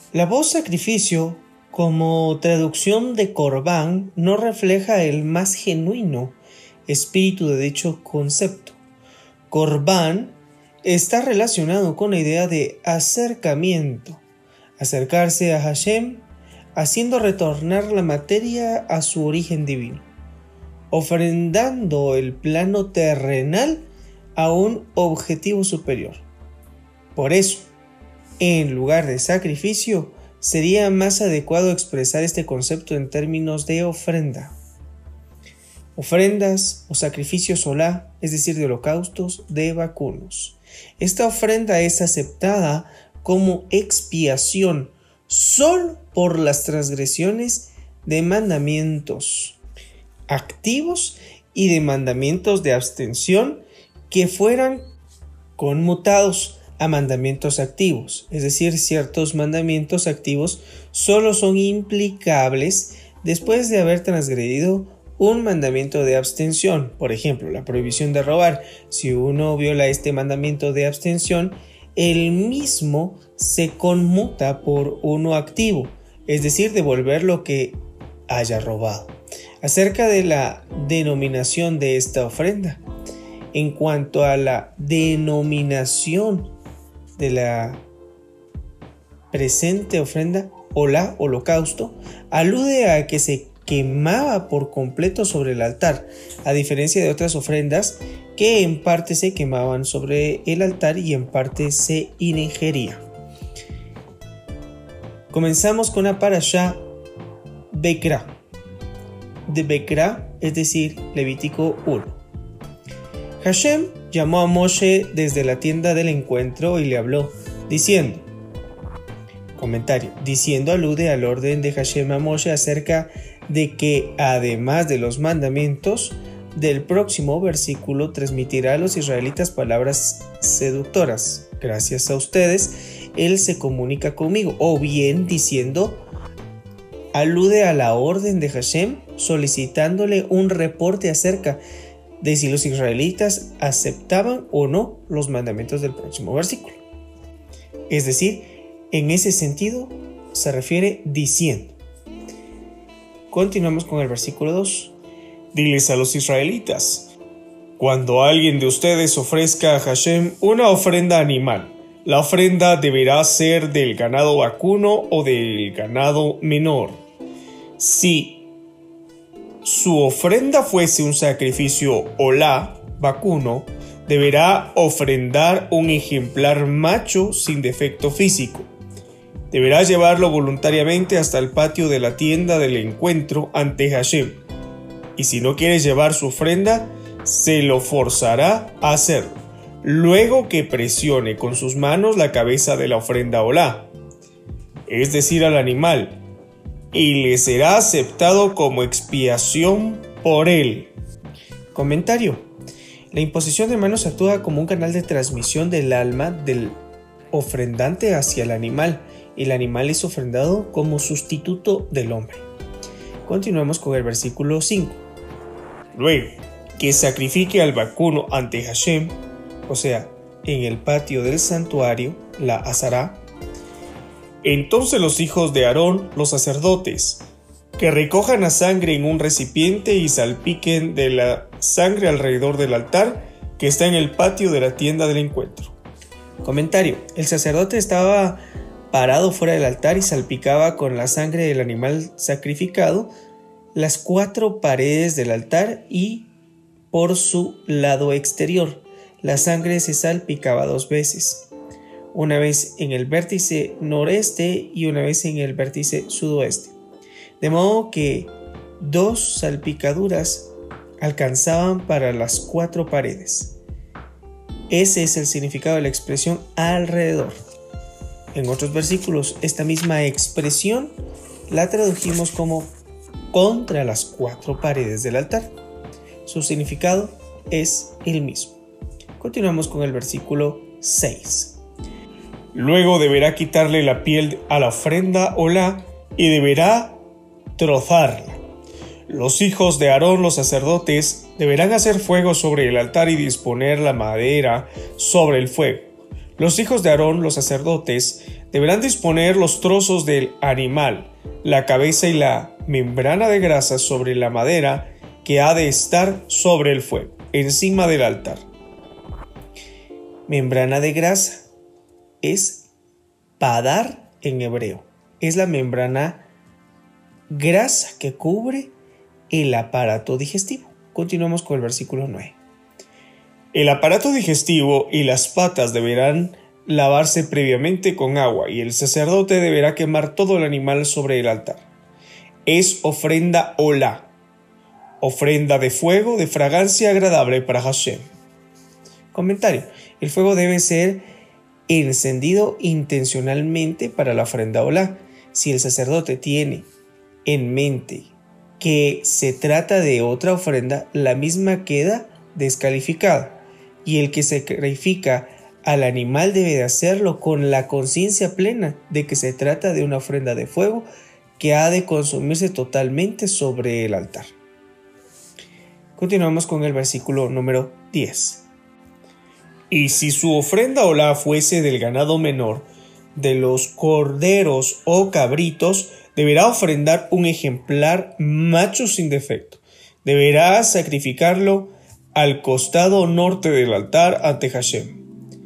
La voz sacrificio, como traducción de Corbán, no refleja el más genuino espíritu de dicho concepto. Corbán está relacionado con la idea de acercamiento, acercarse a Hashem, haciendo retornar la materia a su origen divino, ofrendando el plano terrenal a un objetivo superior. Por eso, en lugar de sacrificio, sería más adecuado expresar este concepto en términos de ofrenda. Ofrendas o sacrificios olá, es decir, de holocaustos, de vacunos. Esta ofrenda es aceptada como expiación solo por las transgresiones de mandamientos activos y de mandamientos de abstención que fueran conmutados a mandamientos activos, es decir, ciertos mandamientos activos solo son implicables después de haber transgredido un mandamiento de abstención. Por ejemplo, la prohibición de robar. Si uno viola este mandamiento de abstención, el mismo se conmuta por uno activo, es decir, devolver lo que haya robado. Acerca de la denominación de esta ofrenda, en cuanto a la denominación de la presente ofrenda olá, holocausto, alude a que se quemaba por completo sobre el altar, a diferencia de otras ofrendas que en parte se quemaban sobre el altar y en parte se ingería. Comenzamos con la parashá Bekrá, de Bekrá, es decir, Levítico 1. Hashem llamó a Moshe desde la tienda del encuentro y le habló, diciendo, comentario, diciendo alude al orden de Hashem a Moshe acerca de que, además de los mandamientos, del próximo versículo transmitirá a los israelitas palabras seductoras. Gracias a ustedes, Él se comunica conmigo. O bien diciendo, alude a la orden de Hashem, solicitándole un reporte acerca de si los israelitas aceptaban o no los mandamientos del próximo versículo. Es decir, en ese sentido se refiere diciendo. Continuamos con el versículo 2. Diles a los israelitas: cuando alguien de ustedes ofrezca a Hashem una ofrenda animal, la ofrenda deberá ser del ganado vacuno o del ganado menor. Si su ofrenda fuese un sacrificio olá, vacuno, deberá ofrendar un ejemplar macho sin defecto físico. Deberá llevarlo voluntariamente hasta el patio de la tienda del encuentro ante Hashem. Y si no quiere llevar su ofrenda, se lo forzará a hacerlo, luego que presione con sus manos la cabeza de la ofrenda olá, es decir, al animal, y le será aceptado como expiación por él. Comentario. La imposición de manos actúa como un canal de transmisión del alma del ofrendante hacia el animal, y el animal es ofrendado como sustituto del hombre. Continuamos con el versículo 5. Luego que sacrifique al vacuno ante Hashem, o sea, en el patio del santuario, la asará, entonces los hijos de Aarón, los sacerdotes, que recojan la sangre en un recipiente y salpiquen de la sangre alrededor del altar que está en el patio de la tienda del encuentro. Comentario. El sacerdote estaba parado fuera del altar y salpicaba con la sangre del animal sacrificado las 4 paredes del altar y por su lado exterior. La sangre se salpicaba 2 veces. Una vez en el vértice noreste y una vez en el vértice sudoeste. De modo que 2 salpicaduras alcanzaban para las 4 paredes. Ese es el significado de la expresión alrededor. En otros versículos, esta misma expresión la tradujimos como contra las 4 paredes del altar. Su significado es el mismo. Continuamos con el versículo 6. Luego deberá quitarle la piel a la ofrenda olá y deberá trozarla. Los hijos de Aarón, los sacerdotes, deberán hacer fuego sobre el altar y disponer la madera sobre el fuego. Los hijos de Aarón, los sacerdotes, Deberán disponer los trozos del animal, la cabeza y la membrana de grasa sobre la madera que ha de estar sobre el fuego, encima del altar. Membrana de grasa es padar en hebreo. Es la membrana grasa que cubre el aparato digestivo. Continuamos con el versículo 9. El aparato digestivo y las patas deberán lavarse previamente con agua y el sacerdote deberá quemar todo el animal sobre el altar. Es ofrenda olá, ofrenda de fuego de fragancia agradable para Hashem. Comentario: el fuego debe ser encendido intencionalmente para la ofrenda olá. Si el sacerdote tiene en mente que se trata de otra ofrenda, la misma queda descalificada, y el que sacrifica al animal debe de hacerlo con la conciencia plena de que se trata de una ofrenda de fuego que ha de consumirse totalmente sobre el altar. Continuamos con el versículo número 10. Y si su ofrenda olá fuese del ganado menor, de los corderos o cabritos, deberá ofrendar un ejemplar macho sin defecto. Deberá sacrificarlo al costado norte del altar ante Hashem.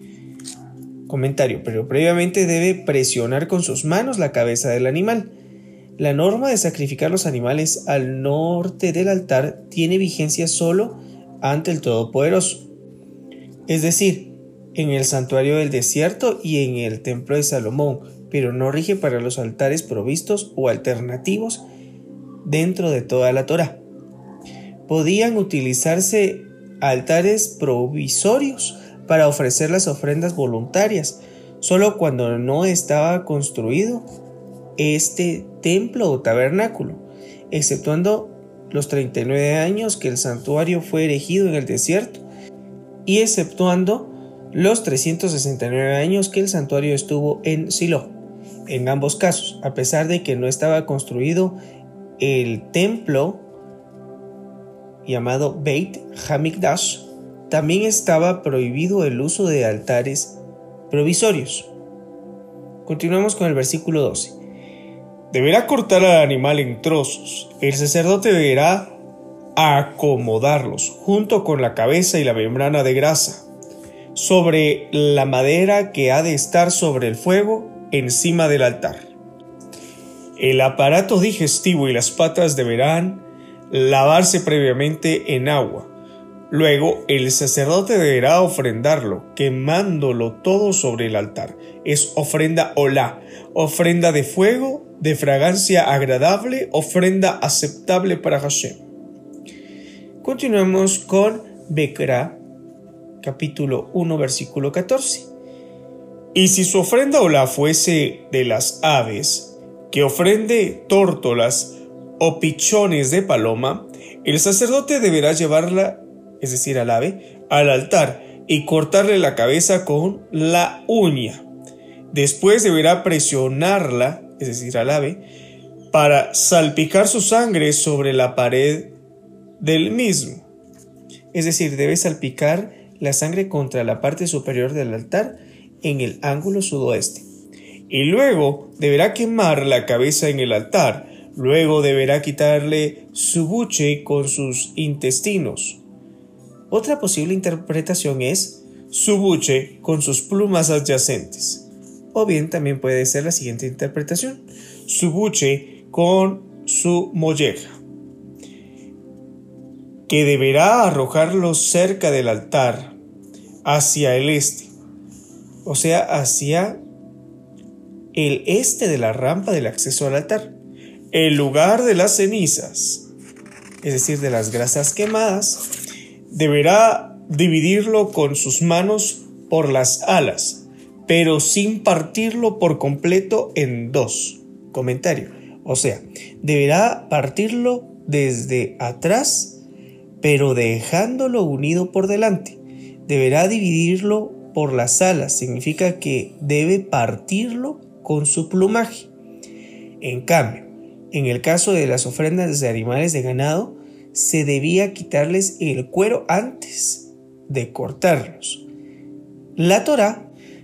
Comentario: pero previamente debe presionar con sus manos la cabeza del animal. La norma de sacrificar los animales al norte del altar tiene vigencia solo ante el Todopoderoso, es decir, en el santuario del desierto y en el templo de Salomón, pero no rige para los altares provistos o alternativos dentro de toda la Torá. Podían utilizarse altares provisorios para ofrecer las ofrendas voluntarias, solo cuando no estaba construido este templo o tabernáculo, exceptuando los 39 años que el santuario fue erigido en el desierto y exceptuando los 369 años que el santuario estuvo en Silo. En ambos casos, a pesar de que no estaba construido el templo llamado Beit Hamikdash, también estaba prohibido el uso de altares provisorios. Continuamos con el versículo 12. Deberá cortar al animal en trozos. El sacerdote deberá acomodarlos junto con la cabeza y la membrana de grasa sobre la madera que ha de estar sobre el fuego encima del altar. El aparato digestivo y las patas deberán lavarse previamente en agua. Luego el sacerdote deberá ofrendarlo, quemándolo todo sobre el altar. Es ofrenda olá, ofrenda de fuego, de fragancia agradable, ofrenda aceptable para Hashem. Continuamos con Bekra, capítulo 1, versículo 14. Y si su ofrenda olá fuese de las aves, que ofrende tórtolas o pichones de paloma, el sacerdote deberá llevarla, es decir, al ave, al altar y cortarle la cabeza con la uña. Después deberá presionarla, es decir, al ave, para salpicar su sangre sobre la pared del mismo. Es decir, debe salpicar la sangre contra la parte superior del altar en el ángulo sudoeste. Y luego deberá quemar la cabeza en el altar. Luego deberá quitarle su buche con sus intestinos. Otra posible interpretación es su buche con sus plumas adyacentes. O bien también puede ser la siguiente interpretación: su buche con su molleja, que deberá arrojarlo cerca del altar, hacia el este, o sea, hacia el este de la rampa del acceso al altar, el lugar de las cenizas, es decir, de las grasas quemadas. Deberá dividirlo con sus manos por las alas, pero sin partirlo por completo en dos. Comentario: o sea, deberá partirlo desde atrás, pero dejándolo unido por delante. Deberá dividirlo por las alas, significa que debe partirlo con su plumaje. En cambio, en el caso de las ofrendas de animales de ganado, se debía quitarles el cuero antes de cortarlos. La Torá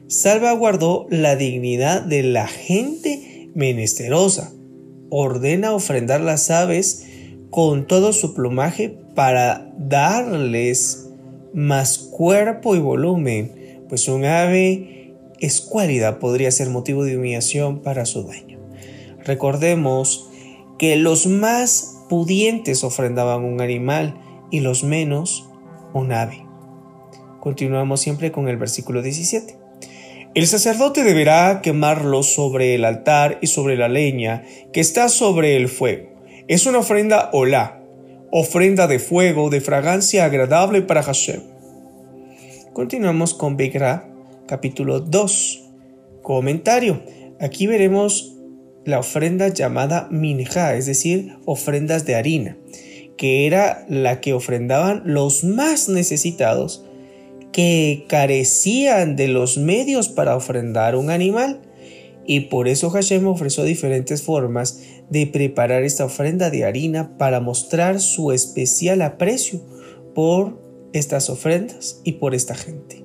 salvaguardó la dignidad de la gente menesterosa. Ordena ofrendar las aves con todo su plumaje para darles más cuerpo y volumen, pues un ave escuálida podría ser motivo de humillación para su dueño. Recordemos que los más pudientes ofrendaban un animal y los menos un ave. Continuamos siempre con el versículo 17. El sacerdote deberá quemarlo sobre el altar y sobre la leña que está sobre el fuego. Es una ofrenda olá, ofrenda de fuego de fragancia agradable para Hashem. Continuamos con Bekrá, capítulo 2. Comentario. Aquí veremos la ofrenda llamada minjá, es decir, ofrendas de harina, que era la que ofrendaban los más necesitados, que carecían de los medios para ofrendar un animal, y por eso Hashem ofreció diferentes formas de preparar esta ofrenda de harina para mostrar su especial aprecio por estas ofrendas y por esta gente.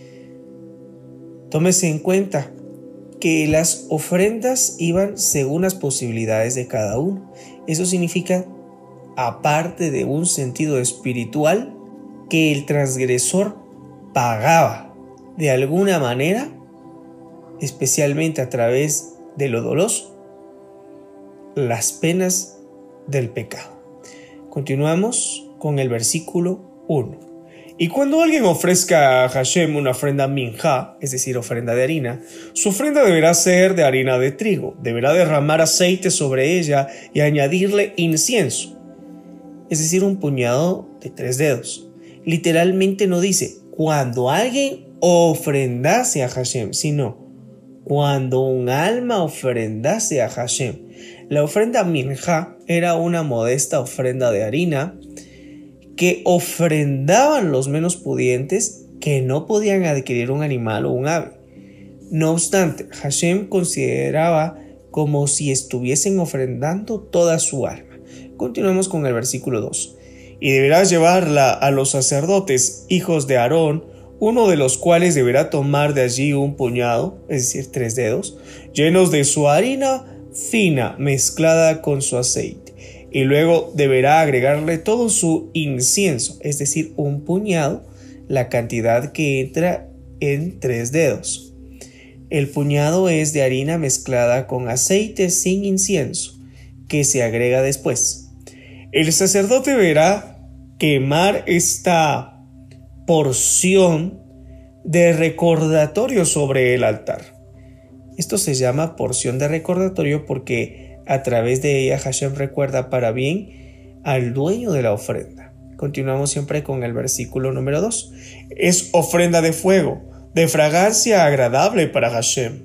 Tómese en cuenta que las ofrendas iban según las posibilidades de cada uno. Eso significa, aparte de un sentido espiritual, que el transgresor pagaba de alguna manera, especialmente a través de lo doloso, las penas del pecado. Continuamos con el versículo 1. Y cuando alguien ofrezca a Hashem una ofrenda minjá, es decir, ofrenda de harina, su ofrenda deberá ser de harina de trigo. Deberá derramar aceite sobre ella y añadirle incienso, es decir, un puñado de 3 dedos. Literalmente no dice cuando alguien ofrendase a Hashem, sino cuando un alma ofrendase a Hashem. La ofrenda minjá era una modesta ofrenda de harina que ofrendaban los menos pudientes que no podían adquirir un animal o un ave. No obstante, Hashem consideraba como si estuviesen ofrendando toda su alma. Continuamos con el versículo 2. Y deberás llevarla a los sacerdotes, hijos de Aarón, uno de los cuales deberá tomar de allí un puñado, es decir, 3 dedos, llenos de su harina fina mezclada con su aceite. Y luego deberá agregarle todo su incienso, es decir, un puñado, la cantidad que entra en 3 dedos. El puñado es de harina mezclada con aceite sin incienso, que se agrega después. El sacerdote deberá quemar esta porción de recordatorio sobre el altar. Esto se llama porción de recordatorio porque a través de ella Hashem recuerda para bien al dueño de la ofrenda. Continuamos siempre con el versículo número 2. Es ofrenda de fuego, de fragancia agradable para Hashem.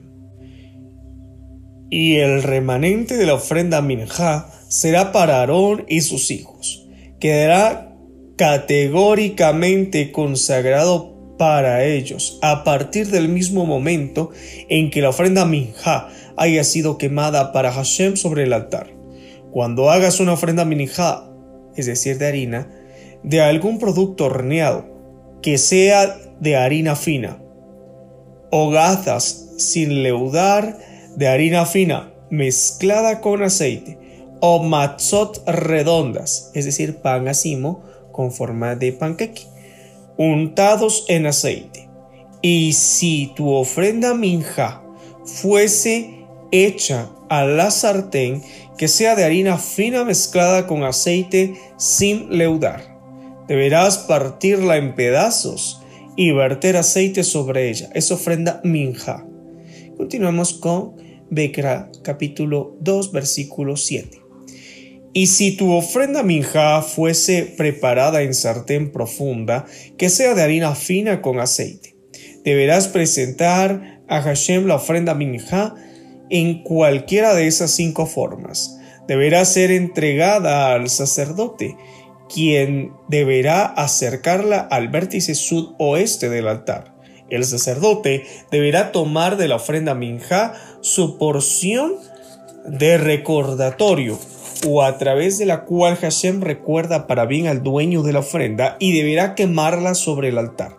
Y el remanente de la ofrenda minjá será para Aarón y sus hijos. Quedará categóricamente consagrado para ellos a partir del mismo momento en que la ofrenda minjá haya sido quemada para Hashem sobre el altar. Cuando hagas una ofrenda minjá, es decir, de harina, de algún producto horneado, que sea de harina fina, o gazas sin leudar de harina fina mezclada con aceite, o matzot redondas, es decir, pan acimo con forma de panqueque, untados en aceite. Y si tu ofrenda minjá fuese hecha a la sartén, que sea de harina fina mezclada con aceite sin leudar, deberás partirla en pedazos y verter aceite sobre ella. Es ofrenda minjá. Continuamos con Bekrá, capítulo 2, versículo 7. Y si tu ofrenda minjá fuese preparada en sartén profunda, que sea de harina fina con aceite, deberás presentar a Hashem la ofrenda minjá en cualquiera de esas 5 formas. Deberá ser entregada al sacerdote, quien deberá acercarla al vértice sudoeste del altar. El sacerdote deberá tomar de la ofrenda minjá su porción de recordatorio, o a través de la cual Hashem recuerda para bien al dueño de la ofrenda, y deberá quemarla sobre el altar.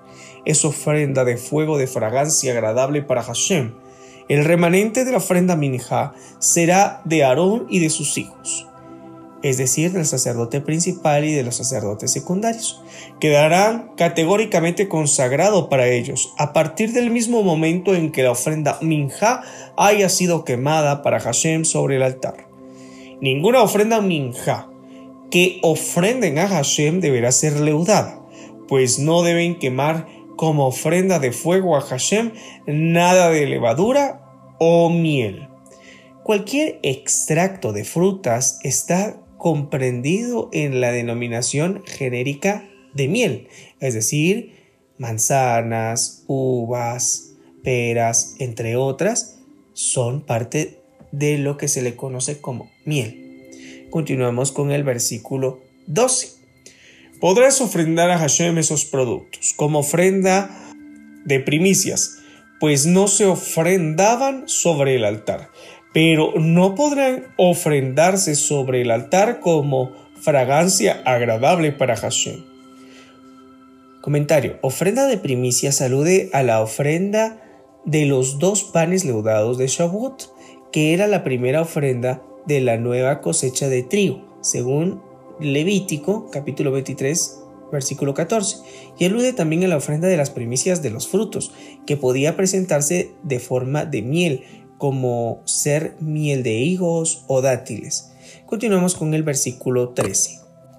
es ofrenda de fuego de fragancia agradable para Hashem. El remanente de la ofrenda minjá será de Aarón y de sus hijos, es decir, del sacerdote principal y de los sacerdotes secundarios. Quedarán categóricamente consagrado para ellos a partir del mismo momento en que la ofrenda minjá haya sido quemada para Hashem sobre el altar. Ninguna ofrenda minjá que ofrenden a Hashem deberá ser leudada, pues no deben quemar como ofrenda de fuego a Hashem nada de levadura o miel. Cualquier extracto de frutas está comprendido en la denominación genérica de miel, es decir, manzanas, uvas, peras, entre otras, son parte de lo que se le conoce como miel. Continuamos con el versículo 12. Podrás ofrendar a Hashem esos productos como ofrenda de primicias, pues no se ofrendaban sobre el altar, pero no podrán ofrendarse sobre el altar como fragancia agradable para Hashem. Comentario: ofrenda de primicias alude a la ofrenda de los 2 panes leudados de Shavuot, que era la primera ofrenda de la nueva cosecha de trigo, según Levítico, capítulo 23, versículo 14, y alude también a la ofrenda de las primicias de los frutos, que podía presentarse de forma de miel, como ser miel de higos o dátiles. Continuamos con el versículo 13.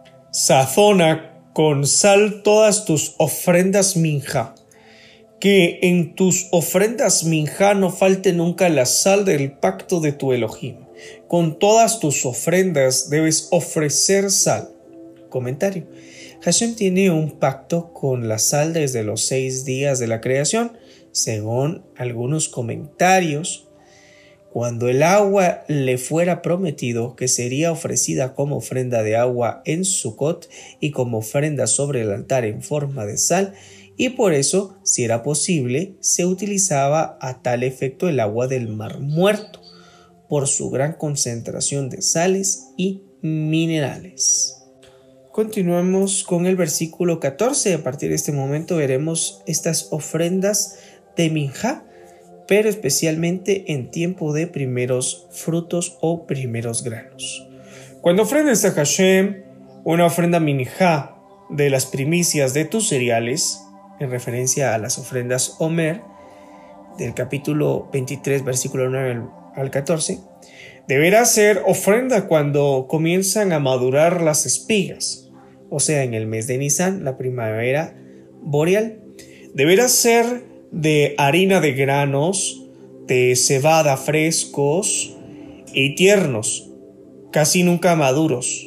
Sazona con sal todas tus ofrendas minjá, que en tus ofrendas minjá no falte nunca la sal del pacto de tu Elohim. Con todas tus ofrendas debes ofrecer sal. Comentario: Hashem tiene un pacto con la sal desde los 6 días de la creación. Según algunos comentarios, cuando el agua le fuera prometido que sería ofrecida como ofrenda de agua en Sukkot y como ofrenda sobre el altar en forma de sal, y por eso, si era posible, se utilizaba a tal efecto el agua del Mar Muerto, por su gran concentración de sales y minerales. Continuamos con el versículo 14. A partir de este momento veremos estas ofrendas de minjá, pero especialmente en tiempo de primeros frutos o primeros granos. Cuando ofrendes a Hashem una ofrenda minjá de las primicias de tus cereales, en referencia a las ofrendas Omer, del capítulo 23, versículo 9 al 14, deberá ser ofrenda cuando comienzan a madurar las espigas, o sea, en el mes de Nisan, la primavera boreal. Deberá ser de harina de granos, de cebada frescos y tiernos, casi nunca maduros,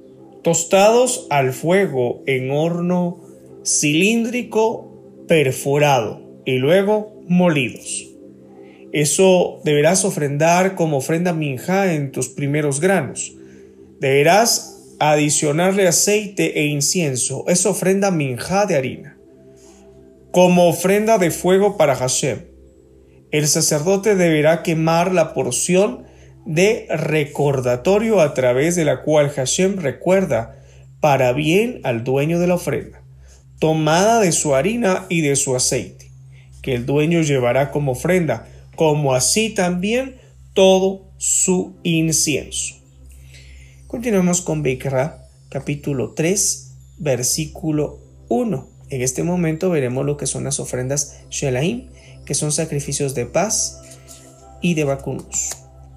tostados al fuego en horno cilíndrico perforado y luego molidos. Eso deberás ofrendar como ofrenda minjá en tus primeros granos. Deberás adicionarle aceite e incienso. Es ofrenda minjá de harina. Como ofrenda de fuego para Hashem, el sacerdote deberá quemar la porción de recordatorio a través de la cual Hashem recuerda para bien al dueño de la ofrenda, tomada de su harina y de su aceite, que el dueño llevará como ofrenda, como así también todo su incienso. Continuamos con Beikra, capítulo 3, versículo 1. En este momento veremos lo que son las ofrendas Shelahim, que son sacrificios de paz y de vacunos.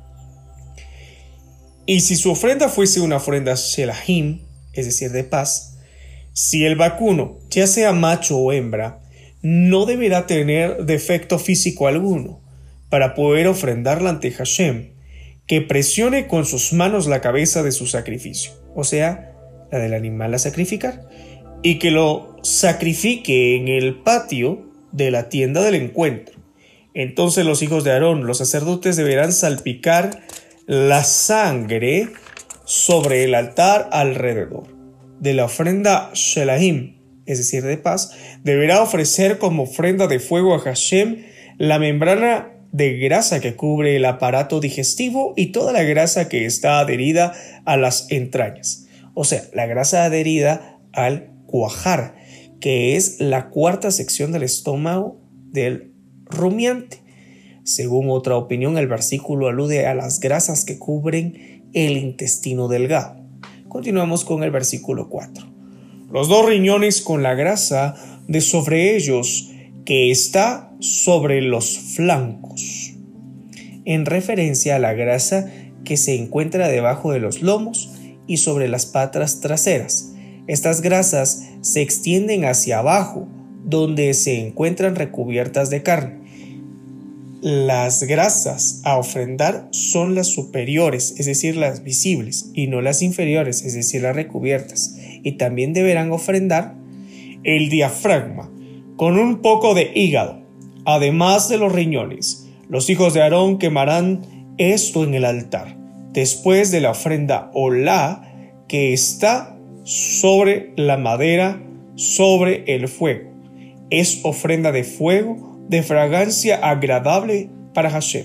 Y si su ofrenda fuese una ofrenda Shelahim, es decir, de paz, si el vacuno, ya sea macho o hembra, no deberá tener defecto físico alguno, para poder ofrendarla ante Hashem, que presione con sus manos la cabeza de su sacrificio, o sea, la del animal a sacrificar, y que lo sacrifique en el patio de la tienda del encuentro. Entonces los hijos de Aarón, los sacerdotes, deberán salpicar la sangre sobre el altar alrededor. De la ofrenda Shelahim, es decir, de paz, deberá ofrecer como ofrenda de fuego a Hashem la membrana de grasa que cubre el aparato digestivo y toda la grasa que está adherida a las entrañas, o sea, la grasa adherida al cuajar, que es la cuarta sección del estómago del rumiante. Según otra opinión, el versículo alude a las grasas que cubren el intestino delgado. Continuamos con el versículo 4. Los 2 riñones con la grasa de sobre ellos que está sobre los flancos, en referencia a la grasa que se encuentra debajo de los lomos y sobre las patas traseras. Estas grasas se extienden hacia abajo, donde se encuentran recubiertas de carne. Las grasas a ofrendar son las superiores, es decir, las visibles, y no las inferiores, es decir, las recubiertas. Y también deberán ofrendar el diafragma con un poco de hígado, además de los riñones. Los hijos de Aarón quemarán esto en el altar, después de la ofrenda olá que está sobre la madera, sobre el fuego. Es ofrenda de fuego, de fragancia agradable para Hashem.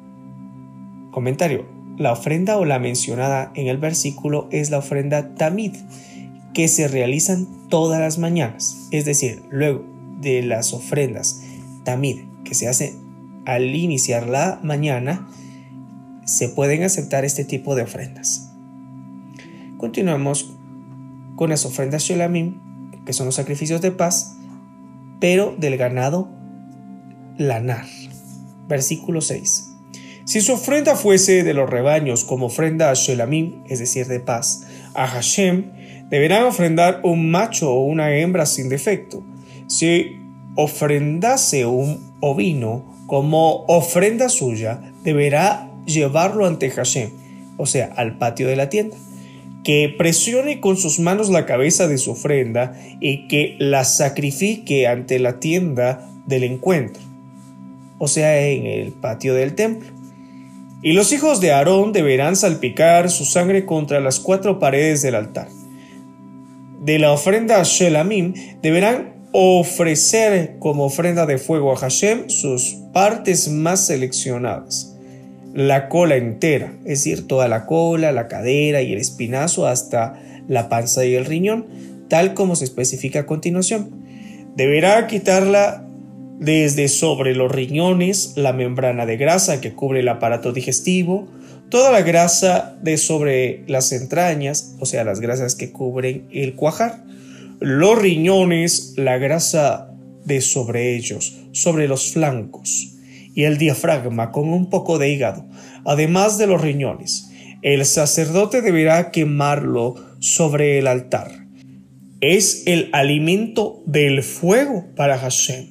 Comentario: la ofrenda olá mencionada en el versículo es la ofrenda tamid, que se realizan todas las mañanas, es decir, luego de las ofrendas tamid que se hacen al iniciar la mañana, se pueden aceptar este tipo de ofrendas. Continuamos con las ofrendas shelamim, que son los sacrificios de paz, pero del ganado lanar. Versículo 6. Si su ofrenda fuese de los rebaños como ofrenda a shelamim, es decir, de paz, a Hashem, deberán ofrendar un macho o una hembra sin defecto. Si ofrendase un ovino como ofrenda suya, deberá llevarlo ante Hashem, o sea, al patio de la tienda, que presione con sus manos la cabeza de su ofrenda y que la sacrifique ante la tienda del encuentro, o sea, en el patio del templo. Y los hijos de Aarón deberán salpicar su sangre contra las 4 paredes del altar. De la ofrenda shelamim deberán ofrecer como ofrenda de fuego a Hashem sus partes más seleccionadas. La cola entera, es decir, toda la cola, la cadera y el espinazo hasta la panza y el riñón, tal como se especifica a continuación. Deberá quitarla desde sobre los riñones, la membrana de grasa que cubre el aparato digestivo, toda la grasa de sobre las entrañas, o sea, las grasas que cubren el cuajar, los riñones, la grasa de sobre ellos, sobre los flancos, y el diafragma con un poco de hígado, además de los riñones. El sacerdote deberá quemarlo sobre el altar. Es el alimento del fuego para Hashem.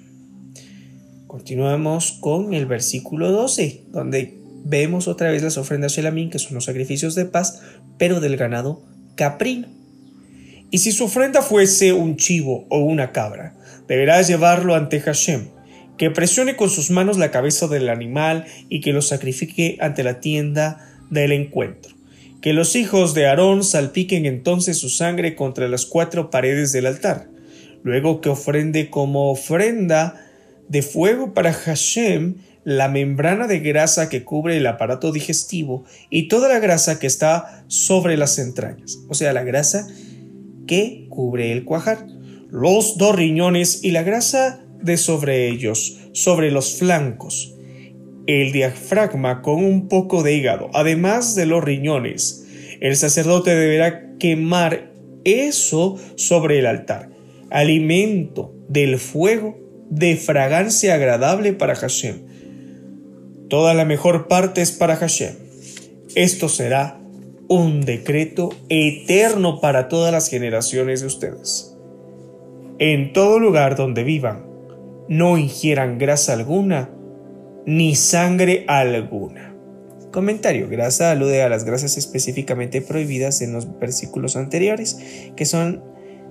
Continuamos con el versículo 12, donde vemos otra vez las ofrendas shelamim, que son los sacrificios de paz, pero del ganado caprino. Y si su ofrenda fuese un chivo o una cabra, deberá llevarlo ante Hashem, que presione con sus manos la cabeza del animal y que lo sacrifique ante la tienda del encuentro. Que los hijos de Aarón salpiquen entonces su sangre contra las 4 paredes del altar. Luego que ofrende como ofrenda de fuego para Hashem la membrana de grasa que cubre el aparato digestivo y toda la grasa que está sobre las entrañas, o sea, la grasa que cubre el cuajar, los 2 riñones y la grasa de sobre ellos, sobre los flancos, el diafragma con un poco de hígado, además de los riñones. El sacerdote deberá quemar eso sobre el altar, alimento del fuego de fragancia agradable para Hashem. Toda la mejor parte es para Hashem. Esto será un decreto eterno para todas las generaciones de ustedes. En todo lugar donde vivan, no ingieran grasa alguna, ni sangre alguna. Comentario: grasa alude a las grasas específicamente prohibidas en los versículos anteriores, que son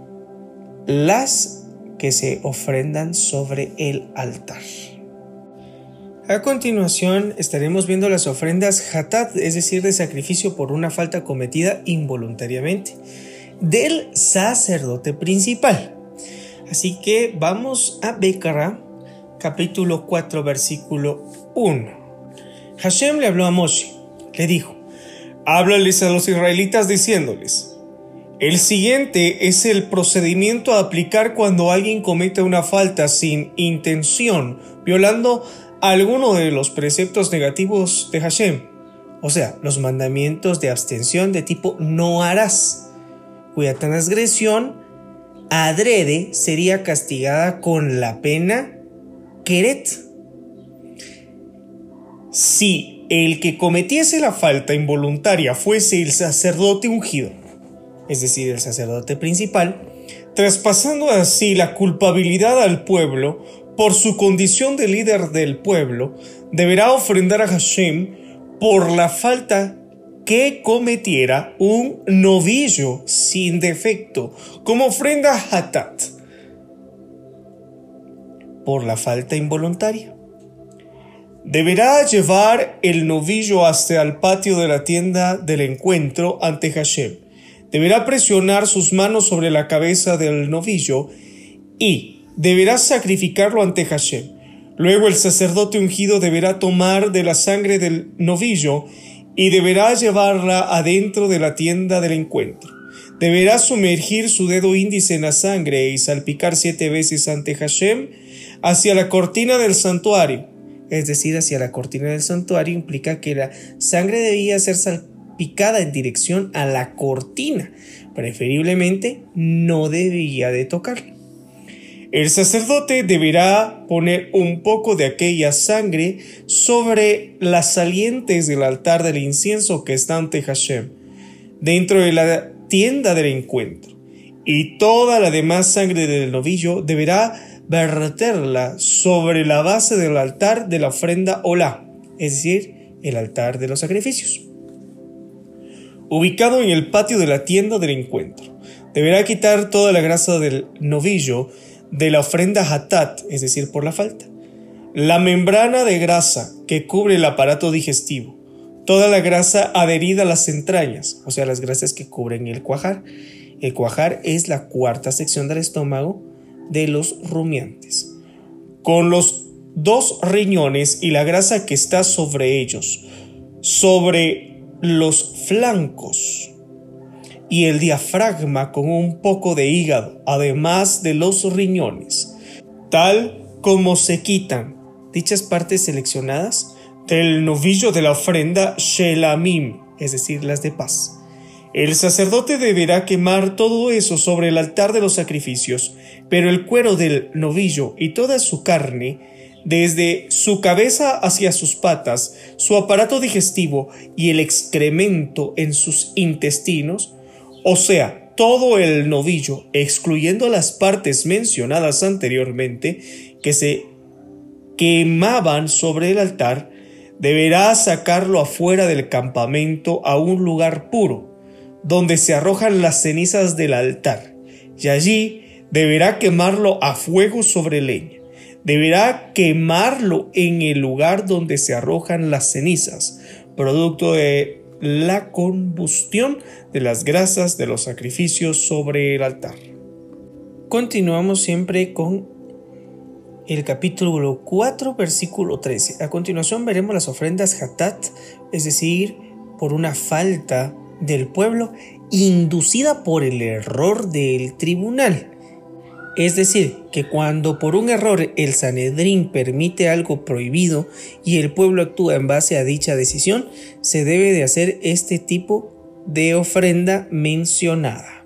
las que se ofrendan sobre el altar. A continuación estaremos viendo las ofrendas hatat, es decir, de sacrificio por una falta cometida involuntariamente, del sacerdote principal. Así que vamos a Bekará, capítulo 4, versículo 1. Hashem le habló a Moshe, le dijo: háblales a los israelitas diciéndoles: El siguiente es el procedimiento a aplicar cuando alguien comete una falta sin intención, violando alguno de los preceptos negativos de Hashem, o sea, los mandamientos de abstención de tipo no harás, cuya transgresión adrede sería castigada con la pena keret. Si el que cometiese la falta involuntaria fuese el sacerdote ungido, es decir, el sacerdote principal, traspasando así la culpabilidad al pueblo por su condición de líder del pueblo, deberá ofrendar a Hashem por la falta que cometiera un novillo sin defecto, como ofrenda hatat, por la falta involuntaria. Deberá llevar el novillo hasta el patio de la tienda del encuentro ante Hashem. Deberá presionar sus manos sobre la cabeza del novillo y deberá sacrificarlo ante Hashem. Luego el sacerdote ungido deberá tomar de la sangre del novillo y deberá llevarla adentro de la tienda del encuentro. Deberá sumergir su dedo índice en la sangre y salpicar 7 veces ante Hashem hacia la cortina del santuario. Es decir, hacia la cortina del santuario implica que la sangre debía ser salpicada en dirección a la cortina. Preferiblemente no debía de tocarla. El sacerdote deberá poner un poco de aquella sangre sobre las salientes del altar del incienso que está ante Hashem, dentro de la tienda del encuentro, y toda la demás sangre del novillo deberá verterla sobre la base del altar de la ofrenda Olá, es decir, el altar de los sacrificios, ubicado en el patio de la tienda del encuentro. Deberá quitar toda la grasa del novillo de la ofrenda hatat, es decir, por la falta, la membrana de grasa que cubre el aparato digestivo, toda la grasa adherida a las entrañas, o sea, las grasas que cubren el cuajar. El cuajar es la cuarta sección del estómago de los rumiantes, con los 2 riñones y la grasa que está sobre ellos, sobre los flancos y el diafragma con un poco de hígado, además de los riñones, tal como se quitan dichas partes seleccionadas del novillo de la ofrenda shelamim, es decir, las de paz. El sacerdote deberá quemar todo eso sobre el altar de los sacrificios, pero el cuero del novillo y toda su carne, desde su cabeza hacia sus patas, su aparato digestivo y el excremento en sus intestinos, o sea, todo el novillo, excluyendo las partes mencionadas anteriormente que se quemaban sobre el altar, deberá sacarlo afuera del campamento a un lugar puro, donde se arrojan las cenizas del altar, y allí deberá quemarlo a fuego sobre leña. Deberá quemarlo en el lugar donde se arrojan las cenizas, producto de la combustión de las grasas de los sacrificios sobre el altar. Continuamos siempre con el capítulo 4, versículo 13. A continuación veremos las ofrendas hatat, es decir, por una falta del pueblo inducida por el error del tribunal. Es decir, que cuando por un error el Sanedrín permite algo prohibido y el pueblo actúa en base a dicha decisión, se debe de hacer este tipo de ofrenda mencionada.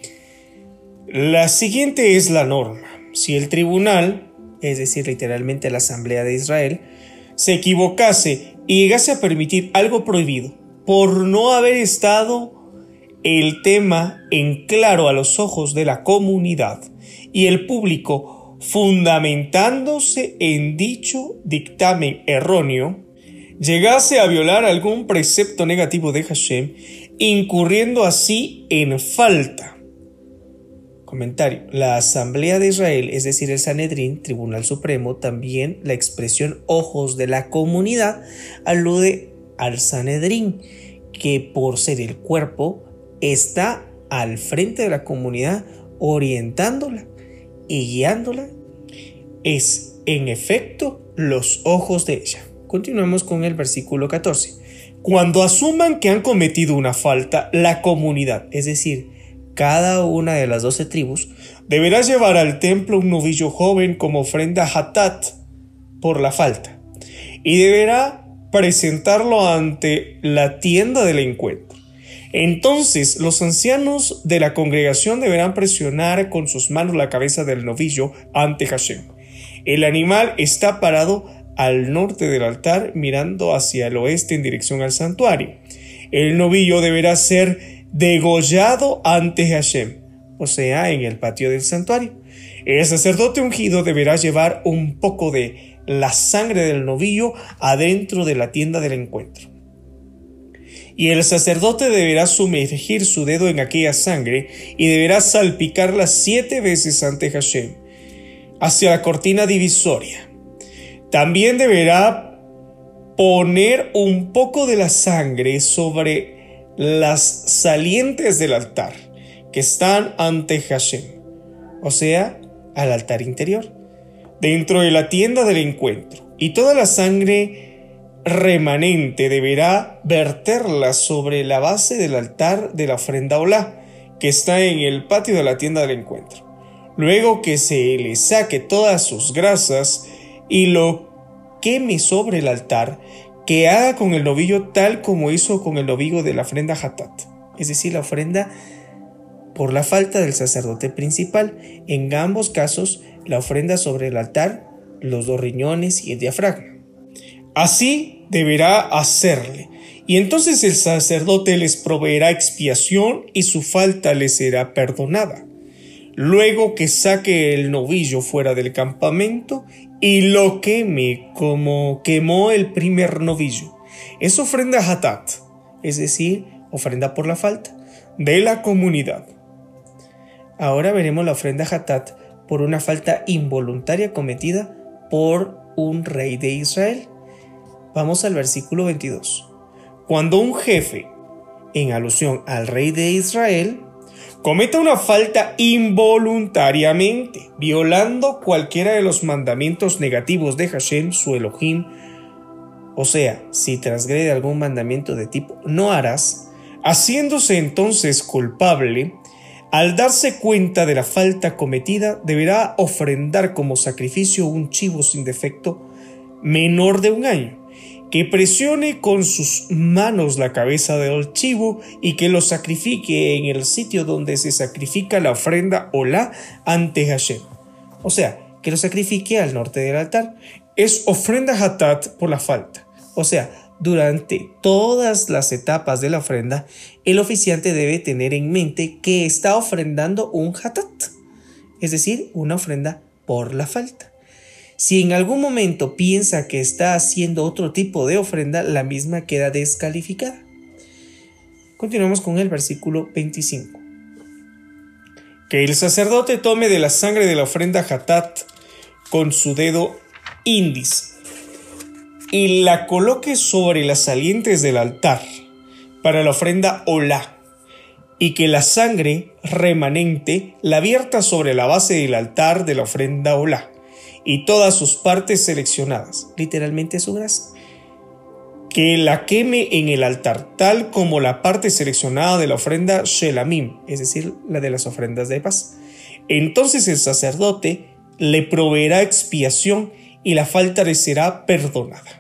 La siguiente es la norma. Si el tribunal, es decir, literalmente la Asamblea de Israel, se equivocase y llegase a permitir algo prohibido por no haber estado el tema en claro a los ojos de la comunidad y el público fundamentándose en dicho dictamen erróneo, llegase a violar algún precepto negativo de Hashem, incurriendo así en falta. Comentario: la Asamblea de Israel, es decir, el Sanedrín, Tribunal Supremo, también la expresión ojos de la comunidad alude al Sanedrín, que por ser el cuerpo está al frente de la comunidad orientándola y guiándola. Es en efecto los ojos de ella. Continuamos con el versículo 14. Cuando asuman que han cometido una falta, la comunidad, es decir, cada una de las 12 tribus, deberá llevar al templo un novillo joven como ofrenda hatat por la falta, y deberá presentarlo ante la tienda del encuentro. Entonces los ancianos de la congregación deberán presionar con sus manos la cabeza del novillo ante Hashem. El animal está parado al norte del altar, mirando hacia el oeste en dirección al santuario. El novillo deberá ser degollado ante Hashem, o sea, en el patio del santuario. El sacerdote ungido deberá llevar un poco de la sangre del novillo adentro de la tienda del encuentro. Y el sacerdote deberá sumergir su dedo en aquella sangre y deberá salpicarla 7 veces ante Hashem, hacia la cortina divisoria. También deberá poner un poco de la sangre sobre las salientes del altar que están ante Hashem, o sea, al altar interior, dentro de la tienda del encuentro, y toda la sangre remanente deberá verterla sobre la base del altar de la ofrenda olá, que está en el patio de la tienda del encuentro. Luego que se le saque todas sus grasas y lo queme sobre el altar, que haga con el novillo tal como hizo con el novillo de la ofrenda hatat, es decir, la ofrenda por la falta del sacerdote principal. En ambos casos, la ofrenda sobre el altar, los 2 riñones y el diafragma. Así deberá hacerle, y entonces el sacerdote les proveerá expiación y su falta les será perdonada. Luego que saque el novillo fuera del campamento y lo queme como quemó el primer novillo, es ofrenda hatat, es decir, ofrenda por la falta de la comunidad. Ahora veremos la ofrenda hatat por una falta involuntaria cometida por un rey de Israel. Vamos al versículo 22. Cuando un jefe, en alusión al rey de Israel, cometa una falta involuntariamente, violando cualquiera de los mandamientos negativos de Hashem, su Elohim, o sea, si transgrede algún mandamiento de tipo no harás, haciéndose entonces culpable, al darse cuenta de la falta cometida, deberá ofrendar como sacrificio un chivo sin defecto menor de 1 año, que presione con sus manos la cabeza del chivo y que lo sacrifique en el sitio donde se sacrifica la ofrenda olá ante Hashem. O sea, que lo sacrifique al norte del altar. Es ofrenda hatat por la falta. O sea, durante todas las etapas de la ofrenda, el oficiante debe tener en mente que está ofrendando un hatat, es decir, una ofrenda por la falta. Si en algún momento piensa que está haciendo otro tipo de ofrenda, la misma queda descalificada. Continuamos con el versículo 25. Que el sacerdote tome de la sangre de la ofrenda hatat con su dedo índice y la coloque sobre las salientes del altar para la ofrenda olá, y que la sangre remanente la vierta sobre la base del altar de la ofrenda olá y todas sus partes seleccionadas, literalmente su grasa, que la queme en el altar, tal como la parte seleccionada de la ofrenda shelamim, es decir, la de las ofrendas de paz. Entonces el sacerdote le proveerá expiación y la falta le será perdonada.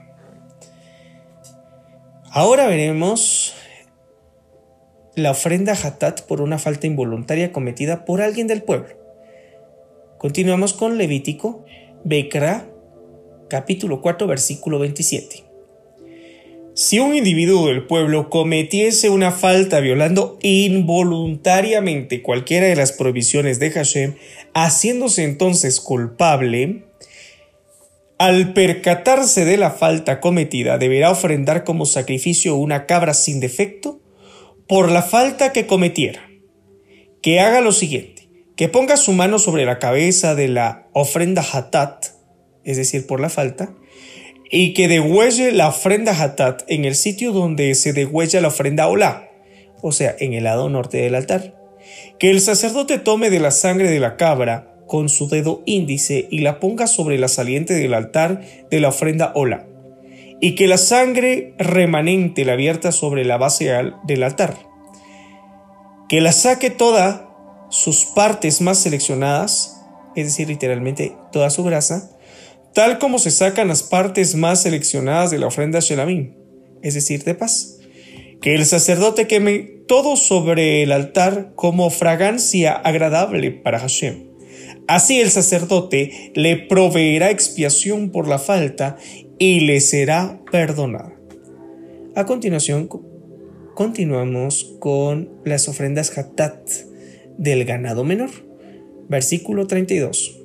Ahora veremos la ofrenda hatat por una falta involuntaria cometida por alguien del pueblo. Continuamos con Levítico, Becra, capítulo 4, versículo 27. Si un individuo del pueblo cometiese una falta violando involuntariamente cualquiera de las prohibiciones de Hashem, haciéndose entonces culpable, al percatarse de la falta cometida, deberá ofrendar como sacrificio una cabra sin defecto por la falta que cometiera. Que haga lo siguiente: que ponga su mano sobre la cabeza de la ofrenda hatat, es decir, por la falta, y que degüelle la ofrenda hatat en el sitio donde se degüella la ofrenda olá, o sea, en el lado norte del altar. Que el sacerdote tome de la sangre de la cabra con su dedo índice y la ponga sobre la saliente del altar de la ofrenda olá, y que la sangre remanente la vierta sobre la base del altar. Que la saque toda sus partes más seleccionadas, es decir, literalmente toda su grasa, tal como se sacan las partes más seleccionadas de la ofrenda Shelamim, es decir, de paz. Que el sacerdote queme todo sobre el altar como fragancia agradable para Hashem. Así el sacerdote le proveerá expiación por la falta y le será perdonada. A continuación, continuamos con las ofrendas Hatat del ganado menor. Versículo 32.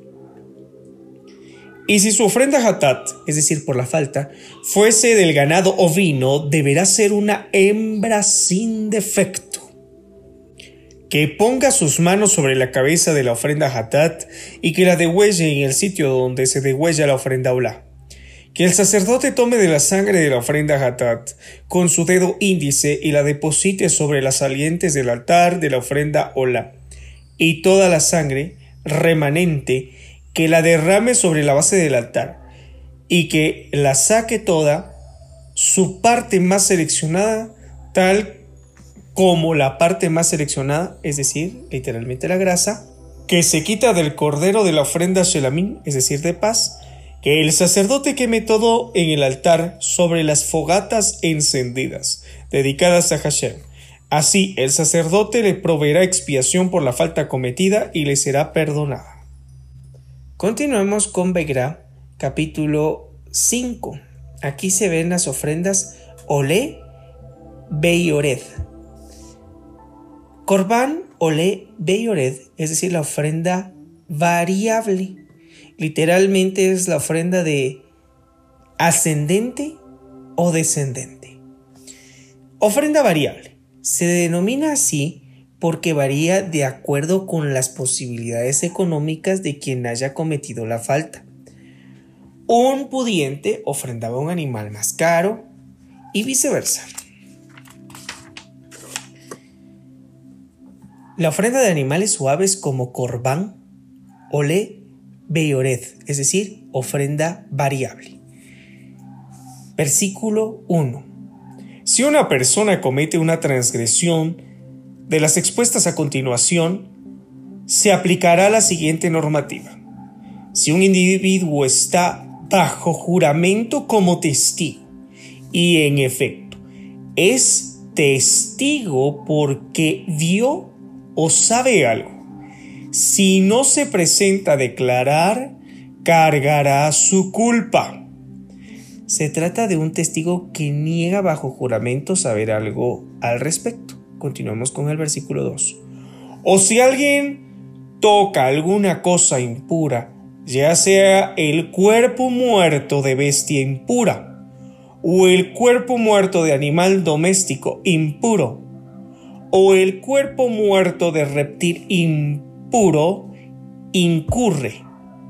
Y si su ofrenda Hatat, es decir, por la falta, fuese del ganado ovino, deberá ser una hembra sin defecto, que ponga sus manos sobre la cabeza de la ofrenda Hatat y que la degüelle en el sitio donde se degüella la ofrenda Olá. Que el sacerdote tome de la sangre de la ofrenda Hatat con su dedo índice y la deposite sobre las salientes del altar de la ofrenda Olá, y toda la sangre remanente que la derrame sobre la base del altar, y que la saque toda su parte más seleccionada, tal como la parte más seleccionada, es decir, literalmente la grasa, que se quita del cordero de la ofrenda Shelamim, es decir, de paz, que el sacerdote queme todo en el altar sobre las fogatas encendidas, dedicadas a Hashem. Así el sacerdote le proveerá expiación por la falta cometida y le será perdonada. Continuamos con Begrá, capítulo 5. Aquí se ven las ofrendas Olé, Beyored. Corbán, Olé, Beyored, es decir, la ofrenda variable. Literalmente es la ofrenda de ascendente o descendente. Ofrenda variable. Se denomina así porque varía de acuerdo con las posibilidades económicas de quien haya cometido la falta. Un pudiente ofrendaba un animal más caro y viceversa. La ofrenda de animales suaves como corbán, olé, beyored, es decir, ofrenda variable. Versículo 1. Si una persona comete una transgresión de las expuestas a continuación, se aplicará la siguiente normativa. Si un individuo está bajo juramento como testigo y en efecto es testigo porque vio o sabe algo, si no se presenta a declarar, cargará su culpa. Se trata de un testigo que niega bajo juramento saber algo al respecto. Continuamos con el versículo 2. O si alguien toca alguna cosa impura, ya sea el cuerpo muerto de bestia impura, o el cuerpo muerto de animal doméstico impuro, o el cuerpo muerto de reptil impuro, incurre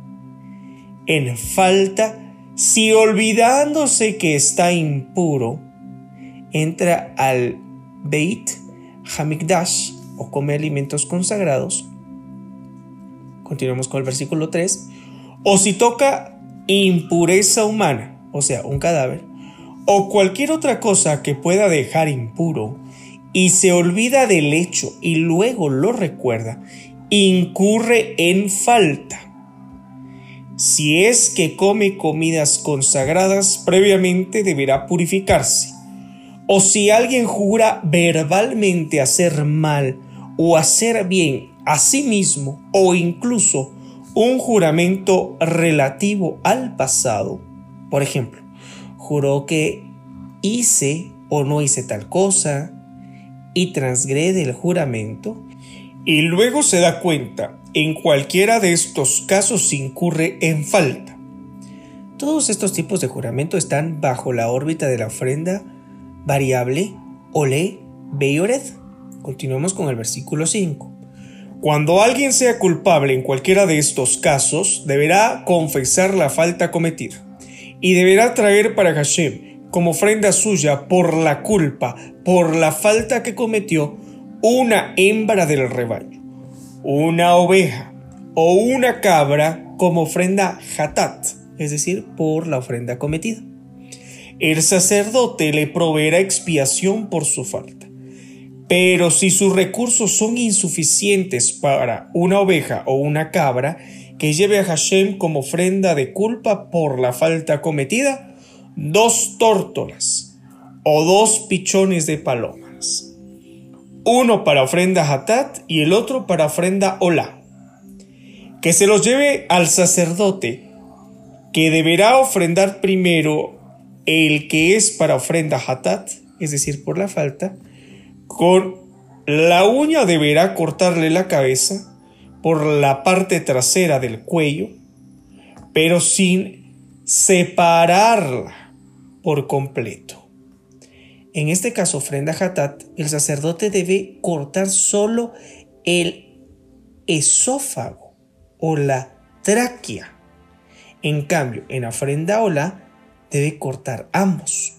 en falta si olvidándose que está impuro, entra al Beit Hamikdash o come alimentos consagrados. Continuamos con el versículo 3. O si toca impureza humana, o sea, un cadáver, o cualquier otra cosa que pueda dejar impuro, y se olvida del hecho y luego lo recuerda, incurre en falta. Si es que come comidas consagradas, previamente deberá purificarse. O si alguien jura verbalmente hacer mal o hacer bien a sí mismo, o incluso un juramento relativo al pasado, por ejemplo, juró que hice o no hice tal cosa y transgrede el juramento, y luego se da cuenta, en cualquiera de estos casos incurre en falta. Todos estos tipos de juramento están bajo la órbita de la ofrenda variable olé, beyored. Continuamos con el versículo 5. Cuando alguien sea culpable en cualquiera de estos casos, deberá confesar la falta cometida y deberá traer para Hashem como ofrenda suya por la culpa, por la falta que cometió, una hembra del rebaño, una oveja o una cabra como ofrenda hatat, es decir, por la ofrenda cometida. El sacerdote le proveerá expiación por su falta. Pero si sus recursos son insuficientes para una oveja o una cabra, que lleve a Hashem como ofrenda de culpa por la falta cometida, 2 tórtolas o 2 pichones de palomas, uno para ofrenda hatat y el otro para ofrenda olá, que se los lleve al sacerdote, que deberá ofrendar primero el que es para ofrenda hatat, es decir, por la falta. Con la uña deberá cortarle la cabeza por la parte trasera del cuello, pero sin separarla por completo. En este caso, ofrenda hatat, el sacerdote debe cortar solo el esófago o la tráquea. En cambio, en ofrenda olá debe cortar ambos.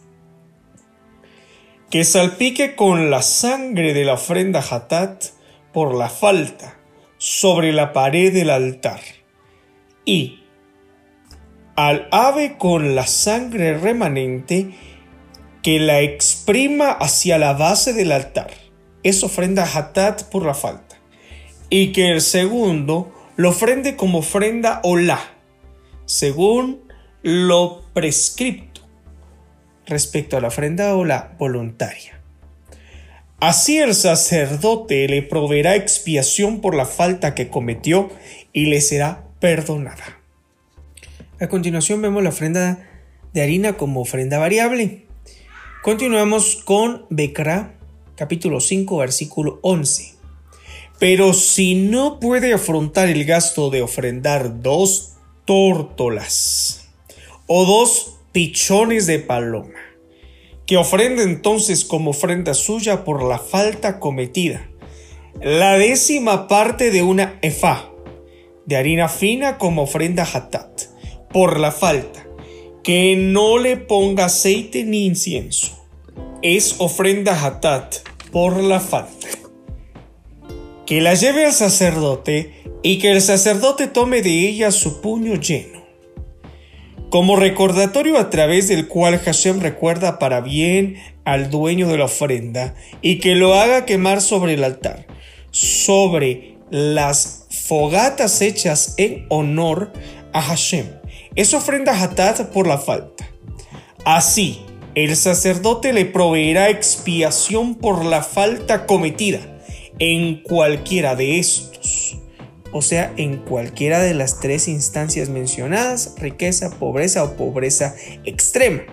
Que salpique con la sangre de la ofrenda hatat por la falta sobre la pared del altar, y al ave con la sangre remanente que la exprima hacia la base del altar. Es ofrenda hatat por la falta. Y que el segundo lo ofrende como ofrenda olá, según lo prescripto respecto a la ofrenda olá voluntaria. Así el sacerdote le proveerá expiación por la falta que cometió y le será perdonada. A continuación vemos la ofrenda de harina como ofrenda variable. Continuamos con Bekrá, capítulo 5, versículo 11. Pero si no puede afrontar el gasto de ofrendar 2 tórtolas o 2 pichones de paloma, que ofrenda entonces como ofrenda suya por la falta cometida la 10ª parte de una efá de harina fina como ofrenda hatat por la falta, que no le ponga aceite ni incienso. Es ofrenda hatat por la falta. Que la lleve al sacerdote y que el sacerdote tome de ella su puño lleno, como recordatorio a través del cual Hashem recuerda para bien al dueño de la ofrenda, y que lo haga quemar sobre el altar, sobre las fogatas hechas en honor a Hashem. Es ofrenda hatat por la falta. Así, el sacerdote le proveerá expiación por la falta cometida en cualquiera de estos, o sea, en cualquiera de las 3 instancias mencionadas: riqueza, pobreza o pobreza extrema,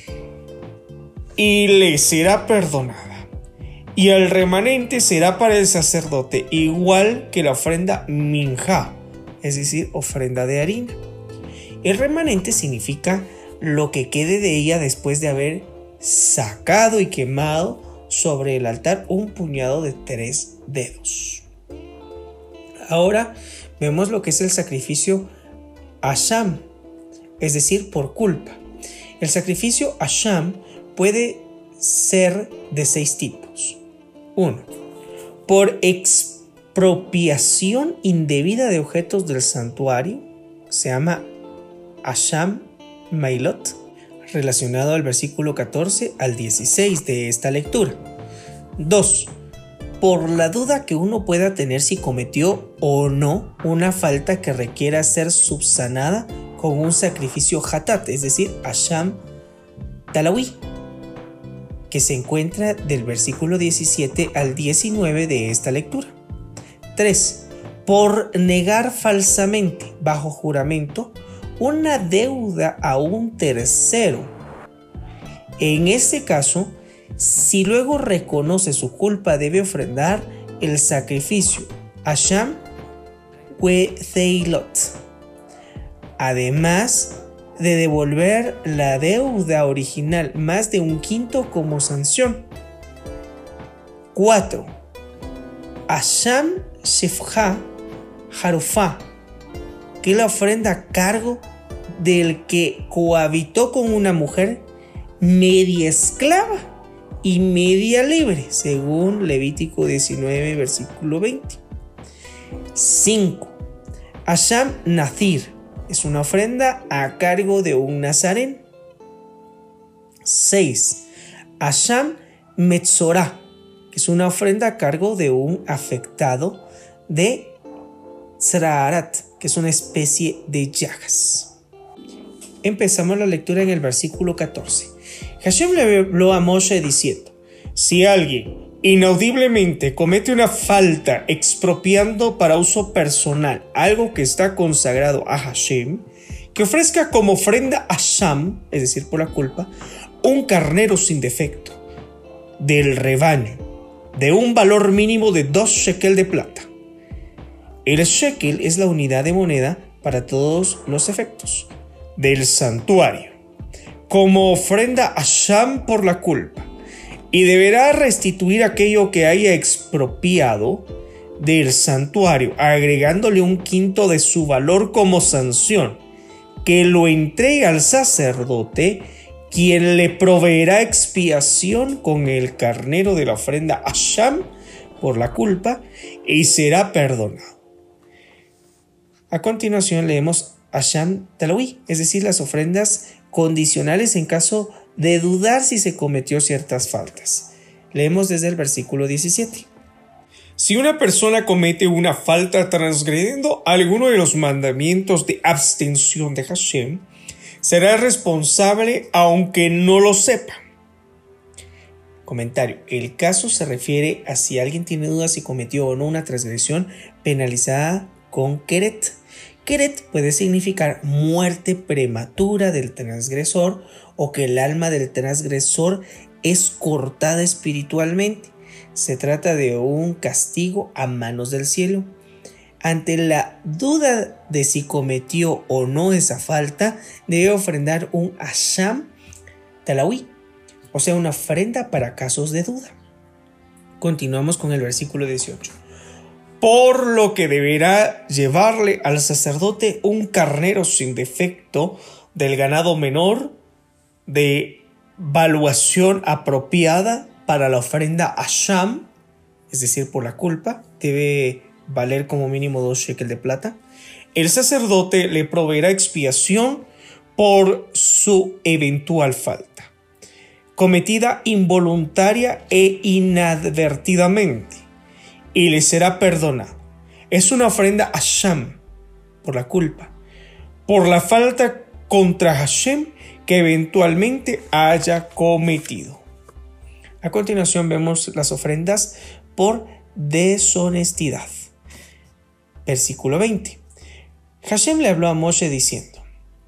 y le será perdonada. Y el remanente será para el sacerdote, igual que la ofrenda minjá, es decir, ofrenda de harina. El remanente significa lo que quede de ella después de haber sacado y quemado sobre el altar un puñado de 3 dedos. Ahora vemos lo que es el sacrificio asham, es decir, por culpa. El sacrificio asham puede ser de 6 tipos. 1. Por expropiación indebida de objetos del santuario, se llama asham mailot, relacionado al versículo 14 al 16 de esta lectura. 2. Por la duda que uno pueda tener si cometió o no una falta que requiera ser subsanada con un sacrificio hatat, es decir, asham talawi, que se encuentra del versículo 17 al 19 de esta lectura. 3. Por negar falsamente, bajo juramento, una deuda a un tercero. En este caso, si luego reconoce su culpa, debe ofrendar el sacrificio asham wetheilot, además de devolver la deuda original más de 1/5 como sanción. 4. Asham shefja harufá, que es la ofrenda a cargo del que cohabitó con una mujer media esclava y media libre, según Levítico 19, versículo 20. 5. Asham Nazir, es una ofrenda a cargo de un nazareno. 6. Asham Metzorá, que Es una ofrenda a cargo de un afectado de Tzraarat, que es una especie de llagas. Empezamos la lectura en el versículo 14. Hashem le habló a Moshe diciendo: si alguien inaudiblemente comete una falta expropiando para uso personal algo que está consagrado a Hashem, que ofrezca como ofrenda a Sham, es decir, por la culpa, un carnero sin defecto del rebaño, de un valor mínimo de 2 shekel de plata. El shekel es la unidad de moneda para todos los efectos del santuario, como ofrenda a Sham por la culpa, y deberá restituir aquello que haya expropiado del santuario, agregándole 1/5 de su valor como sanción, que lo entregue al sacerdote, quien le proveerá expiación con el carnero de la ofrenda a Sham por la culpa, y será perdonado. A continuación leemos Asham Talawi, es decir, las ofrendas condicionales en caso de dudar si se cometió ciertas faltas. Leemos desde el versículo 17. Si una persona comete una falta transgrediendo alguno de los mandamientos de abstención de Hashem, será responsable aunque no lo sepa. Comentario: el caso se refiere a si alguien tiene dudas si cometió o no una transgresión penalizada con Keret. Keret puede significar muerte prematura del transgresor o que el alma del transgresor es cortada espiritualmente. Se trata de un castigo a manos del cielo. Ante la duda de si cometió o no esa falta, debe ofrendar un Asham Talawi, o sea, una ofrenda para casos de duda. Continuamos con el versículo 18. Por lo que deberá llevarle al sacerdote un carnero sin defecto del ganado menor de valuación apropiada para la ofrenda Asham, es decir, por la culpa, debe valer como mínimo 2 shekel de plata. El sacerdote le proveerá expiación por su eventual falta, cometida involuntaria e inadvertidamente, y le será perdonado. Es una ofrenda a Sham por la culpa, por la falta contra Hashem que eventualmente haya cometido. A continuación vemos las ofrendas por deshonestidad. Versículo 20. Hashem le habló a Moshe diciendo: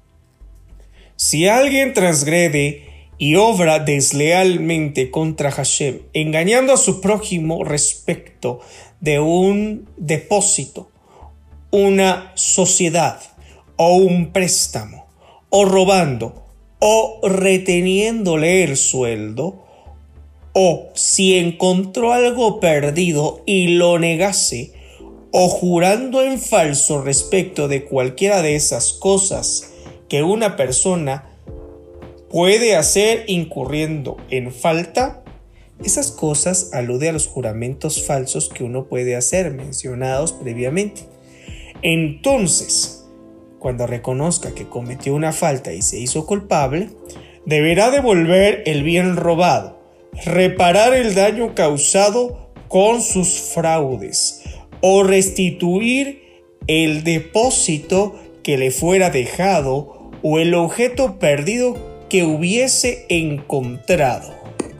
si alguien transgrede y obra deslealmente contra Hashem, engañando a su prójimo respecto de un depósito, una sociedad o un préstamo, o robando, o reteniéndole el sueldo, o si encontró algo perdido y lo negase, o jurando en falso respecto de cualquiera de esas cosas que una persona puede hacer incurriendo en falta. Esas cosas alude a los juramentos falsos que uno puede hacer mencionados previamente. Entonces, cuando reconozca que cometió una falta y se hizo culpable, deberá devolver el bien robado, reparar el daño causado con sus fraudes o restituir el depósito que le fuera dejado o el objeto perdido que hubiese encontrado,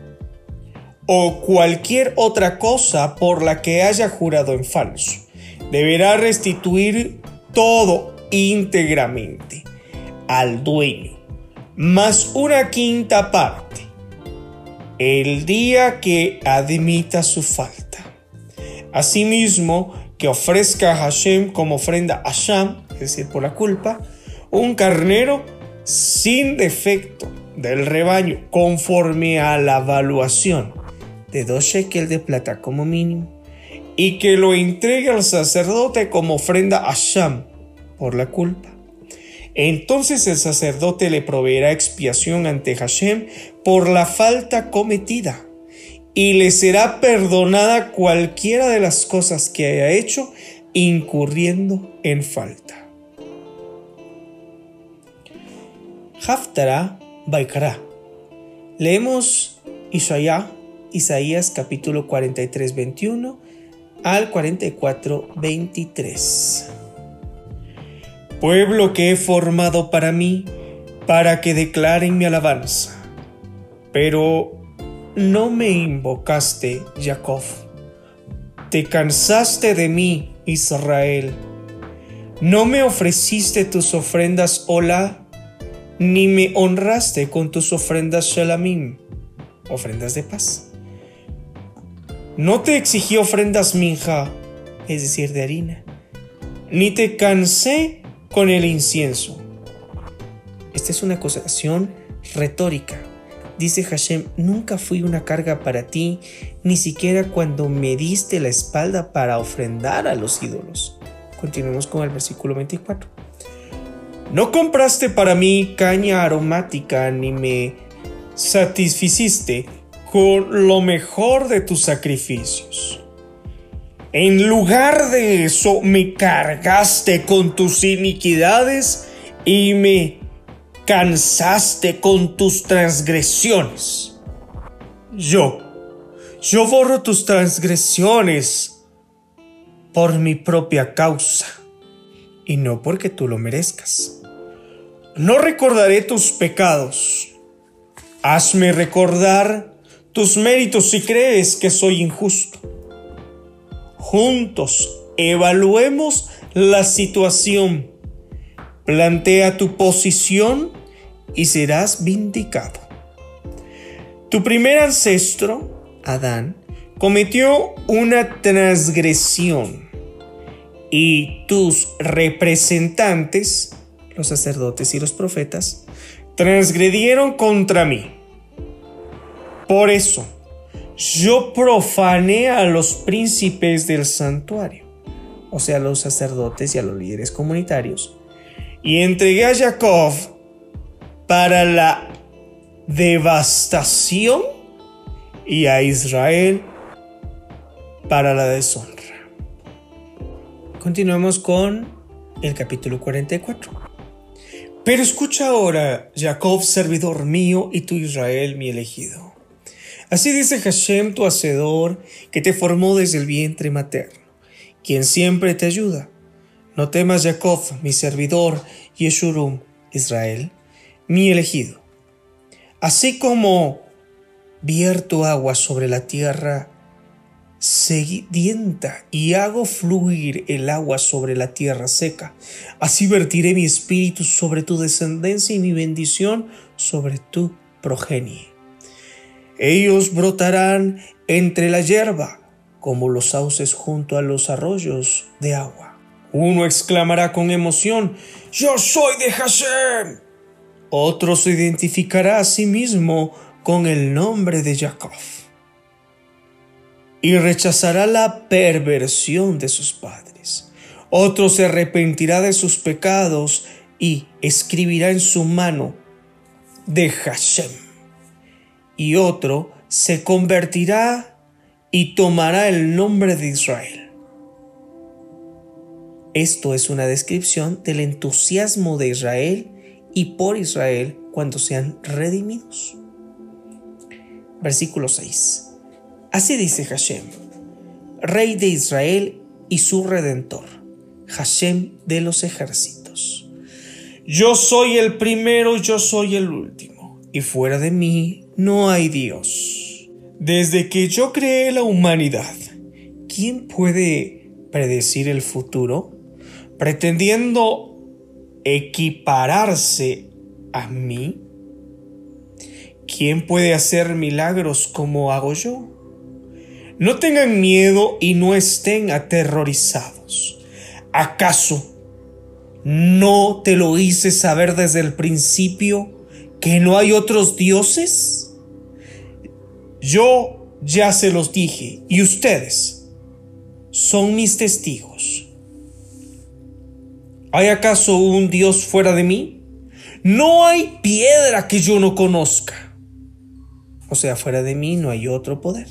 o cualquier otra cosa por la que haya jurado en falso. Deberá restituir todo íntegramente al dueño, más 1/5 parte, el día que admita su falta. Asimismo, que ofrezca a Hashem como ofrenda a Sham, es decir, por la culpa, un carnero sin defecto del rebaño, conforme a la valuación de 2 shekel de plata como mínimo, y que lo entregue al sacerdote como ofrenda a Sham por la culpa. Entonces el sacerdote le proveerá expiación ante Hashem por la falta cometida, y le será perdonada cualquiera de las cosas que haya hecho incurriendo en falta. Haftarah Baikara. Leemos Isaías Isaías capítulo 43, 21 al 44, 23. Pueblo que he formado para mí, para que declaren mi alabanza. Pero no me invocaste, Jacob. Te cansaste de mí, Israel. No me ofreciste tus ofrendas Olá, ni me honraste con tus ofrendas Shalamim, ofrendas de paz. No te exigí ofrendas Minja, es decir, de harina, ni te cansé con el incienso. Esta es una acusación retórica. Dice Hashem, nunca fui una carga para ti, ni siquiera cuando me diste la espalda para ofrendar a los ídolos. Continuemos con el versículo 24. No compraste para mí caña aromática, ni me satisficiste con lo mejor de tus sacrificios. En lugar de eso, me cargaste con tus iniquidades y me cansaste con tus transgresiones. Yo borro tus transgresiones por mi propia causa y no porque tú lo merezcas. No recordaré tus pecados. Hazme recordar tus méritos si crees que soy injusto. Juntos evaluemos la situación. Plantea tu posición y serás vindicado. Tu primer ancestro, Adán, cometió una transgresión y tus representantes, los sacerdotes y los profetas, transgredieron contra mí. Por eso, yo profané a los príncipes del santuario, o sea, a los sacerdotes y a los líderes comunitarios, y entregué a Jacob para la devastación y a Israel para la deshonra. Continuamos con el capítulo 44. Pero escucha ahora, Jacob, servidor mío, y tú, Israel, mi elegido. Así dice Hashem, tu hacedor, que te formó desde el vientre materno, quien siempre te ayuda. No temas, Jacob, mi servidor, Yeshurum, Israel, mi elegido. Así como vierto agua sobre la tierra sedienta y hago fluir el agua sobre la tierra seca, así vertiré mi espíritu sobre tu descendencia y mi bendición sobre tu progenie. Ellos brotarán entre la hierba, como los sauces junto a los arroyos de agua. Uno exclamará con emoción, ¡Yo soy de Hashem! Otro se identificará a sí mismo con el nombre de Jacob y rechazará la perversión de sus padres. Otro se arrepentirá de sus pecados y escribirá en su mano de Hashem. Y otro se convertirá y tomará el nombre de Israel. Esto es una descripción del entusiasmo de Israel y por Israel cuando sean redimidos. Versículo 6. Así dice Hashem, Rey de Israel y su Redentor, Hashem de los ejércitos. Yo soy el primero, yo soy el último, y fuera de mí no hay Dios. Desde que yo creé la humanidad, ¿quién puede predecir el futuro? Pretendiendo equipararse a mí, ¿quién puede hacer milagros como hago yo? No tengan miedo y no estén aterrorizados. ¿Acaso no te lo hice saber desde el principio que no hay otros dioses? Yo ya se los dije y ustedes son mis testigos. ¿Hay acaso un Dios fuera de mí? No hay piedra que yo no conozca. O sea, fuera de mí no hay otro poder.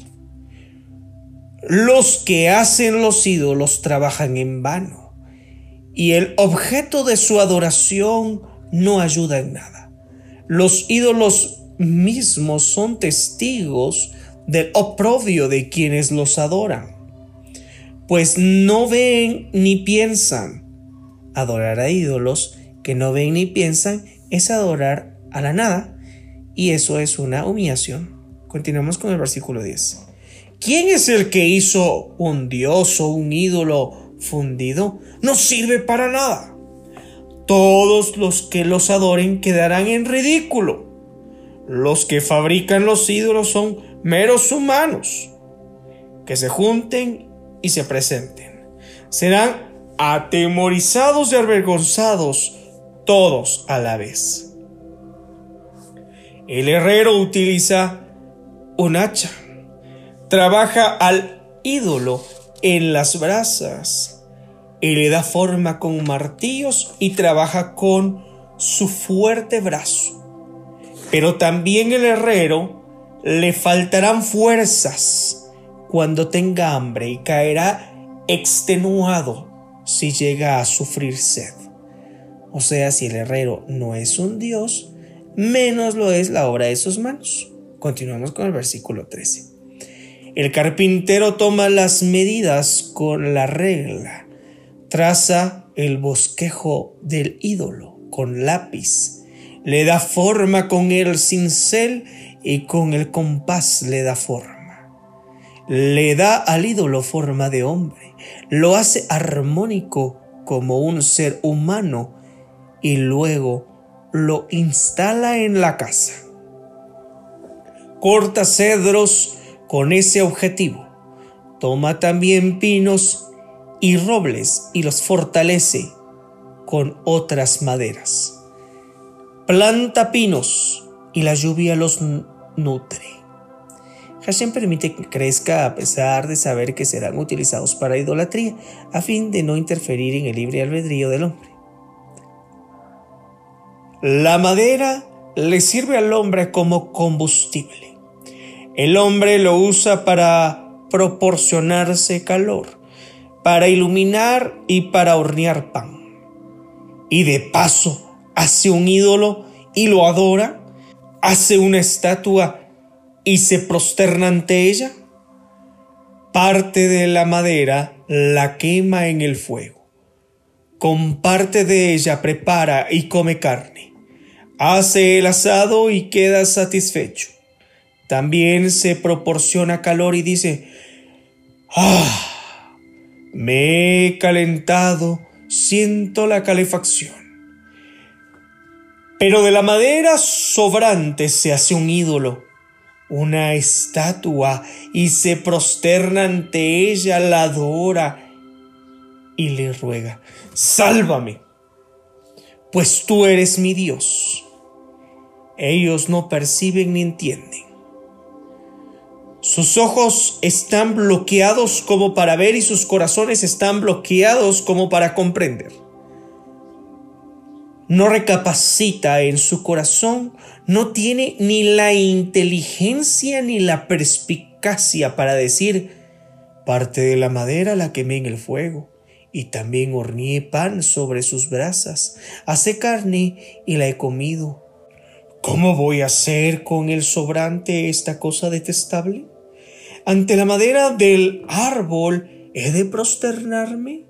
Los que hacen los ídolos trabajan en vano, y el objeto de su adoración no ayuda en nada. Los ídolos mismos son testigos del oprobio de quienes los adoran, pues no ven ni piensan. Adorar a ídolos que no ven ni piensan es adorar a la nada, y eso es una humillación. Continuamos con el versículo 10. ¿Quién es el que hizo un dios o un ídolo fundido? No sirve para nada. Todos los que los adoren quedarán en ridículo. Los que fabrican los ídolos son meros humanos. Que se junten y se presenten. Serán atemorizados y avergonzados todos a la vez. El herrero utiliza un hacha. Trabaja al ídolo en las brasas y le da forma con martillos y trabaja con su fuerte brazo. Pero también el herrero le faltarán fuerzas cuando tenga hambre y caerá extenuado si llega a sufrir sed. O sea, si el herrero no es un dios, menos lo es la obra de sus manos. Continuamos con el versículo 13. El carpintero toma las medidas con la regla, traza el bosquejo del ídolo con lápiz, le da forma con el cincel y con el compás le da forma. Le da al ídolo forma de hombre, lo hace armónico como un ser humano y luego lo instala en la casa. Corta cedros con ese objetivo. Toma también pinos y robles y los fortalece con otras maderas. Planta pinos y la lluvia los nutre. Hashem permite que crezca a pesar de saber que serán utilizados para idolatría, a fin de no interferir en el libre albedrío del hombre. La madera le sirve al hombre como combustible. El hombre lo usa para proporcionarse calor, para iluminar y para hornear pan. Y de paso hace un ídolo y lo adora, hace una estatua y se prosterna ante ella. Parte de la madera la quema en el fuego. Con parte de ella prepara y come carne. Hace el asado y queda satisfecho. También se proporciona calor y dice: me he calentado, siento la calefacción. Pero de la madera sobrante se hace un ídolo, una estatua, y se prosterna ante ella, la adora y le ruega: sálvame, pues tú eres mi Dios. Ellos no perciben ni entienden. Sus ojos están bloqueados como para ver y sus corazones están bloqueados como para comprender. No recapacita en su corazón, no tiene ni la inteligencia ni la perspicacia para decir: parte de la madera la quemé en el fuego y también horneé pan sobre sus brasas, asé carne y la he comido. ¿Cómo voy a hacer con el sobrante esta cosa detestable? ¿Ante la madera del árbol he de prosternarme?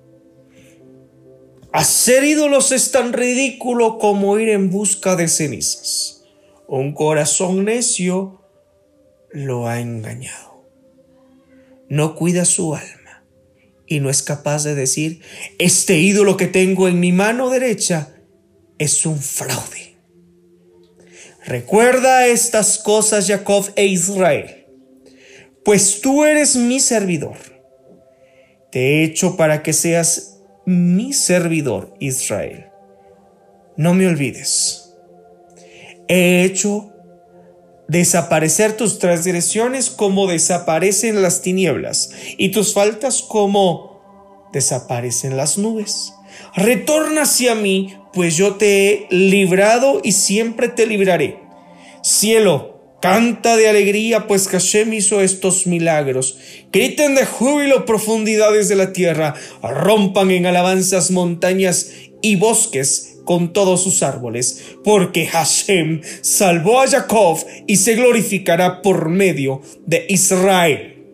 Hacer ídolos es tan ridículo como ir en busca de cenizas. Un corazón necio lo ha engañado. No cuida su alma y no es capaz de decir: este ídolo que tengo en mi mano derecha es un fraude. Recuerda estas cosas, Jacob e Israel, pues tú eres mi servidor. Te he hecho para que seas mi servidor, Israel. No me olvides. He hecho desaparecer tus transgresiones como desaparecen las tinieblas y tus faltas como desaparecen las nubes. Retorna hacia mí, pues yo te he librado y siempre te libraré. Cielo, canta de alegría, pues Hashem hizo estos milagros. Griten de júbilo profundidades de la tierra. Rompan en alabanzas montañas y bosques con todos sus árboles, porque Hashem salvó a Jacob y se glorificará por medio de Israel.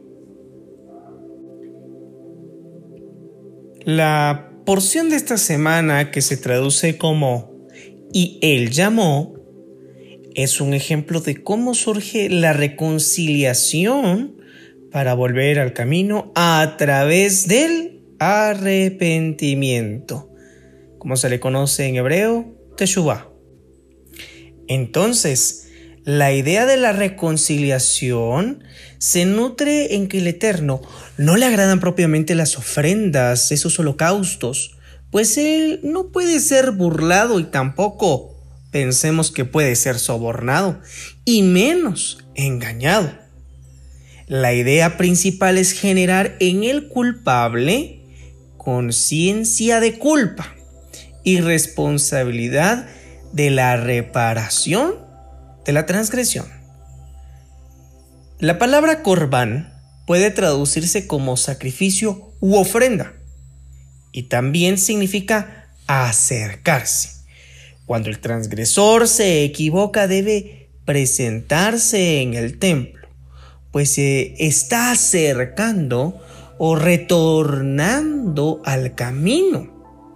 La porción de esta semana, que se traduce como "y él llamó", es un ejemplo de cómo surge la reconciliación para volver al camino a través del arrepentimiento, como se le conoce en hebreo, teshuvah. Entonces, la idea de la reconciliación se nutre en que el Eterno no le agradan propiamente las ofrendas, esos holocaustos, pues Él no puede ser burlado y tampoco pensemos que puede ser sobornado, y menos engañado. La idea principal es generar en el culpable conciencia de culpa y responsabilidad de la reparación de la transgresión. La palabra corbán puede traducirse como sacrificio u ofrenda y también significa acercarse. Cuando el transgresor se equivoca, debe presentarse en el templo, pues se está acercando o retornando al camino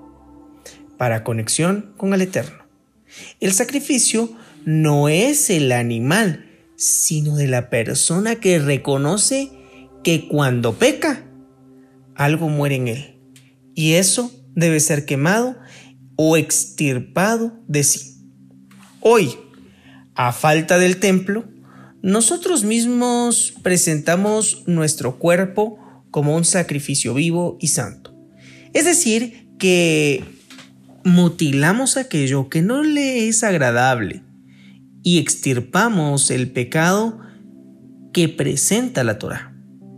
para conexión con el Eterno. El sacrificio no es el animal, sino de la persona que reconoce que cuando peca, algo muere en él, y eso debe ser quemado o extirpado de sí. Hoy, a falta del templo, nosotros mismos presentamos nuestro cuerpo como un sacrificio vivo y santo. Es decir, que mutilamos aquello que no le es agradable y extirpamos el pecado que presenta la Torá.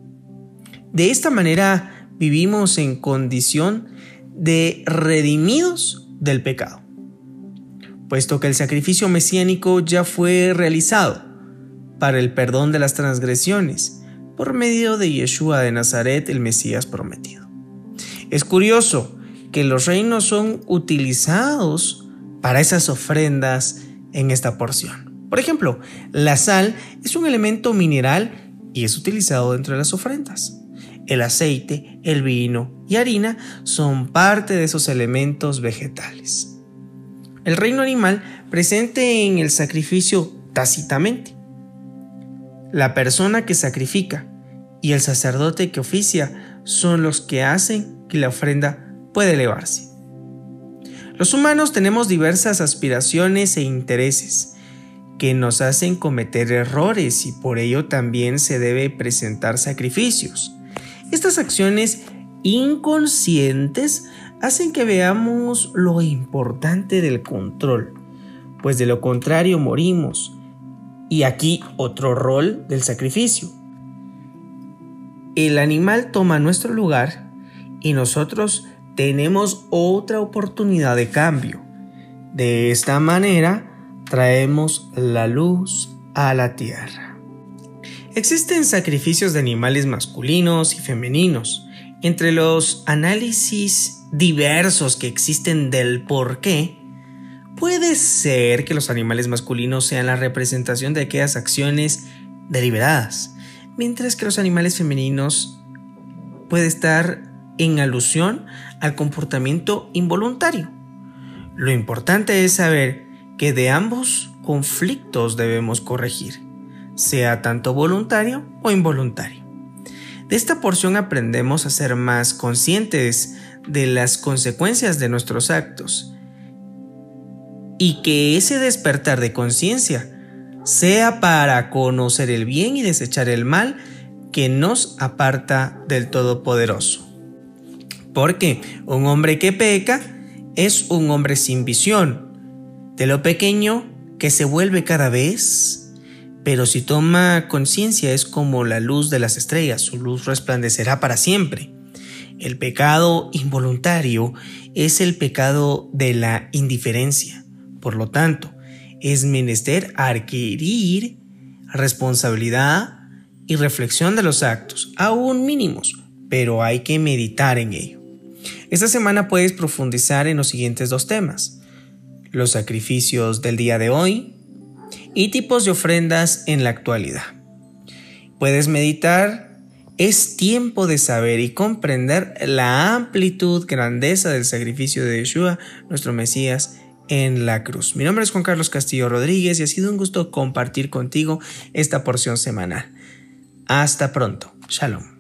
De esta manera vivimos en condición de redimidos del pecado, puesto que el sacrificio mesiánico ya fue realizado para el perdón de las transgresiones por medio de Yeshua de Nazaret, el Mesías prometido. Es curioso que los reinos son utilizados para esas ofrendas en esta porción. Por ejemplo, la sal es un elemento mineral y es utilizado dentro de las ofrendas. El aceite, el vino y harina son parte de esos elementos vegetales. El reino animal presente en el sacrificio tácitamente. La persona que sacrifica y el sacerdote que oficia son los que hacen que la ofrenda pueda elevarse. Los humanos tenemos diversas aspiraciones e intereses que nos hacen cometer errores y por ello también se debe presentar sacrificios. Estas acciones inconscientes hacen que veamos lo importante del control, pues de lo contrario morimos. Y aquí otro rol del sacrificio. El animal toma nuestro lugar y nosotros tenemos otra oportunidad de cambio. De esta manera traemos la luz a la tierra. Existen sacrificios de animales masculinos y femeninos. Entre los análisis diversos que existen del por qué, puede ser que los animales masculinos sean la representación de aquellas acciones deliberadas, mientras que los animales femeninos puede estar en alusión al comportamiento involuntario. Lo importante es saber que de ambos conflictos debemos corregir, sea tanto voluntario o involuntario. De esta porción aprendemos a ser más conscientes de las consecuencias de nuestros actos y que ese despertar de conciencia sea para conocer el bien y desechar el mal que nos aparta del Todopoderoso. Porque un hombre que peca es un hombre sin visión, de lo pequeño que se vuelve cada vez. Pero si toma conciencia es como la luz de las estrellas, su luz resplandecerá para siempre. El pecado involuntario es el pecado de la indiferencia. Por lo tanto, es menester adquirir responsabilidad y reflexión de los actos, aún mínimos, pero hay que meditar en ello. Esta semana puedes profundizar en los siguientes 2 temas. los sacrificios del día de hoy y tipos de ofrendas en la actualidad. Puedes meditar. Es tiempo de saber y comprender la amplitud, grandeza del sacrificio de Yeshua, nuestro Mesías, en la cruz. Mi nombre es Juan Carlos Castillo Rodríguez y ha sido un gusto compartir contigo esta porción semanal. Hasta pronto. Shalom.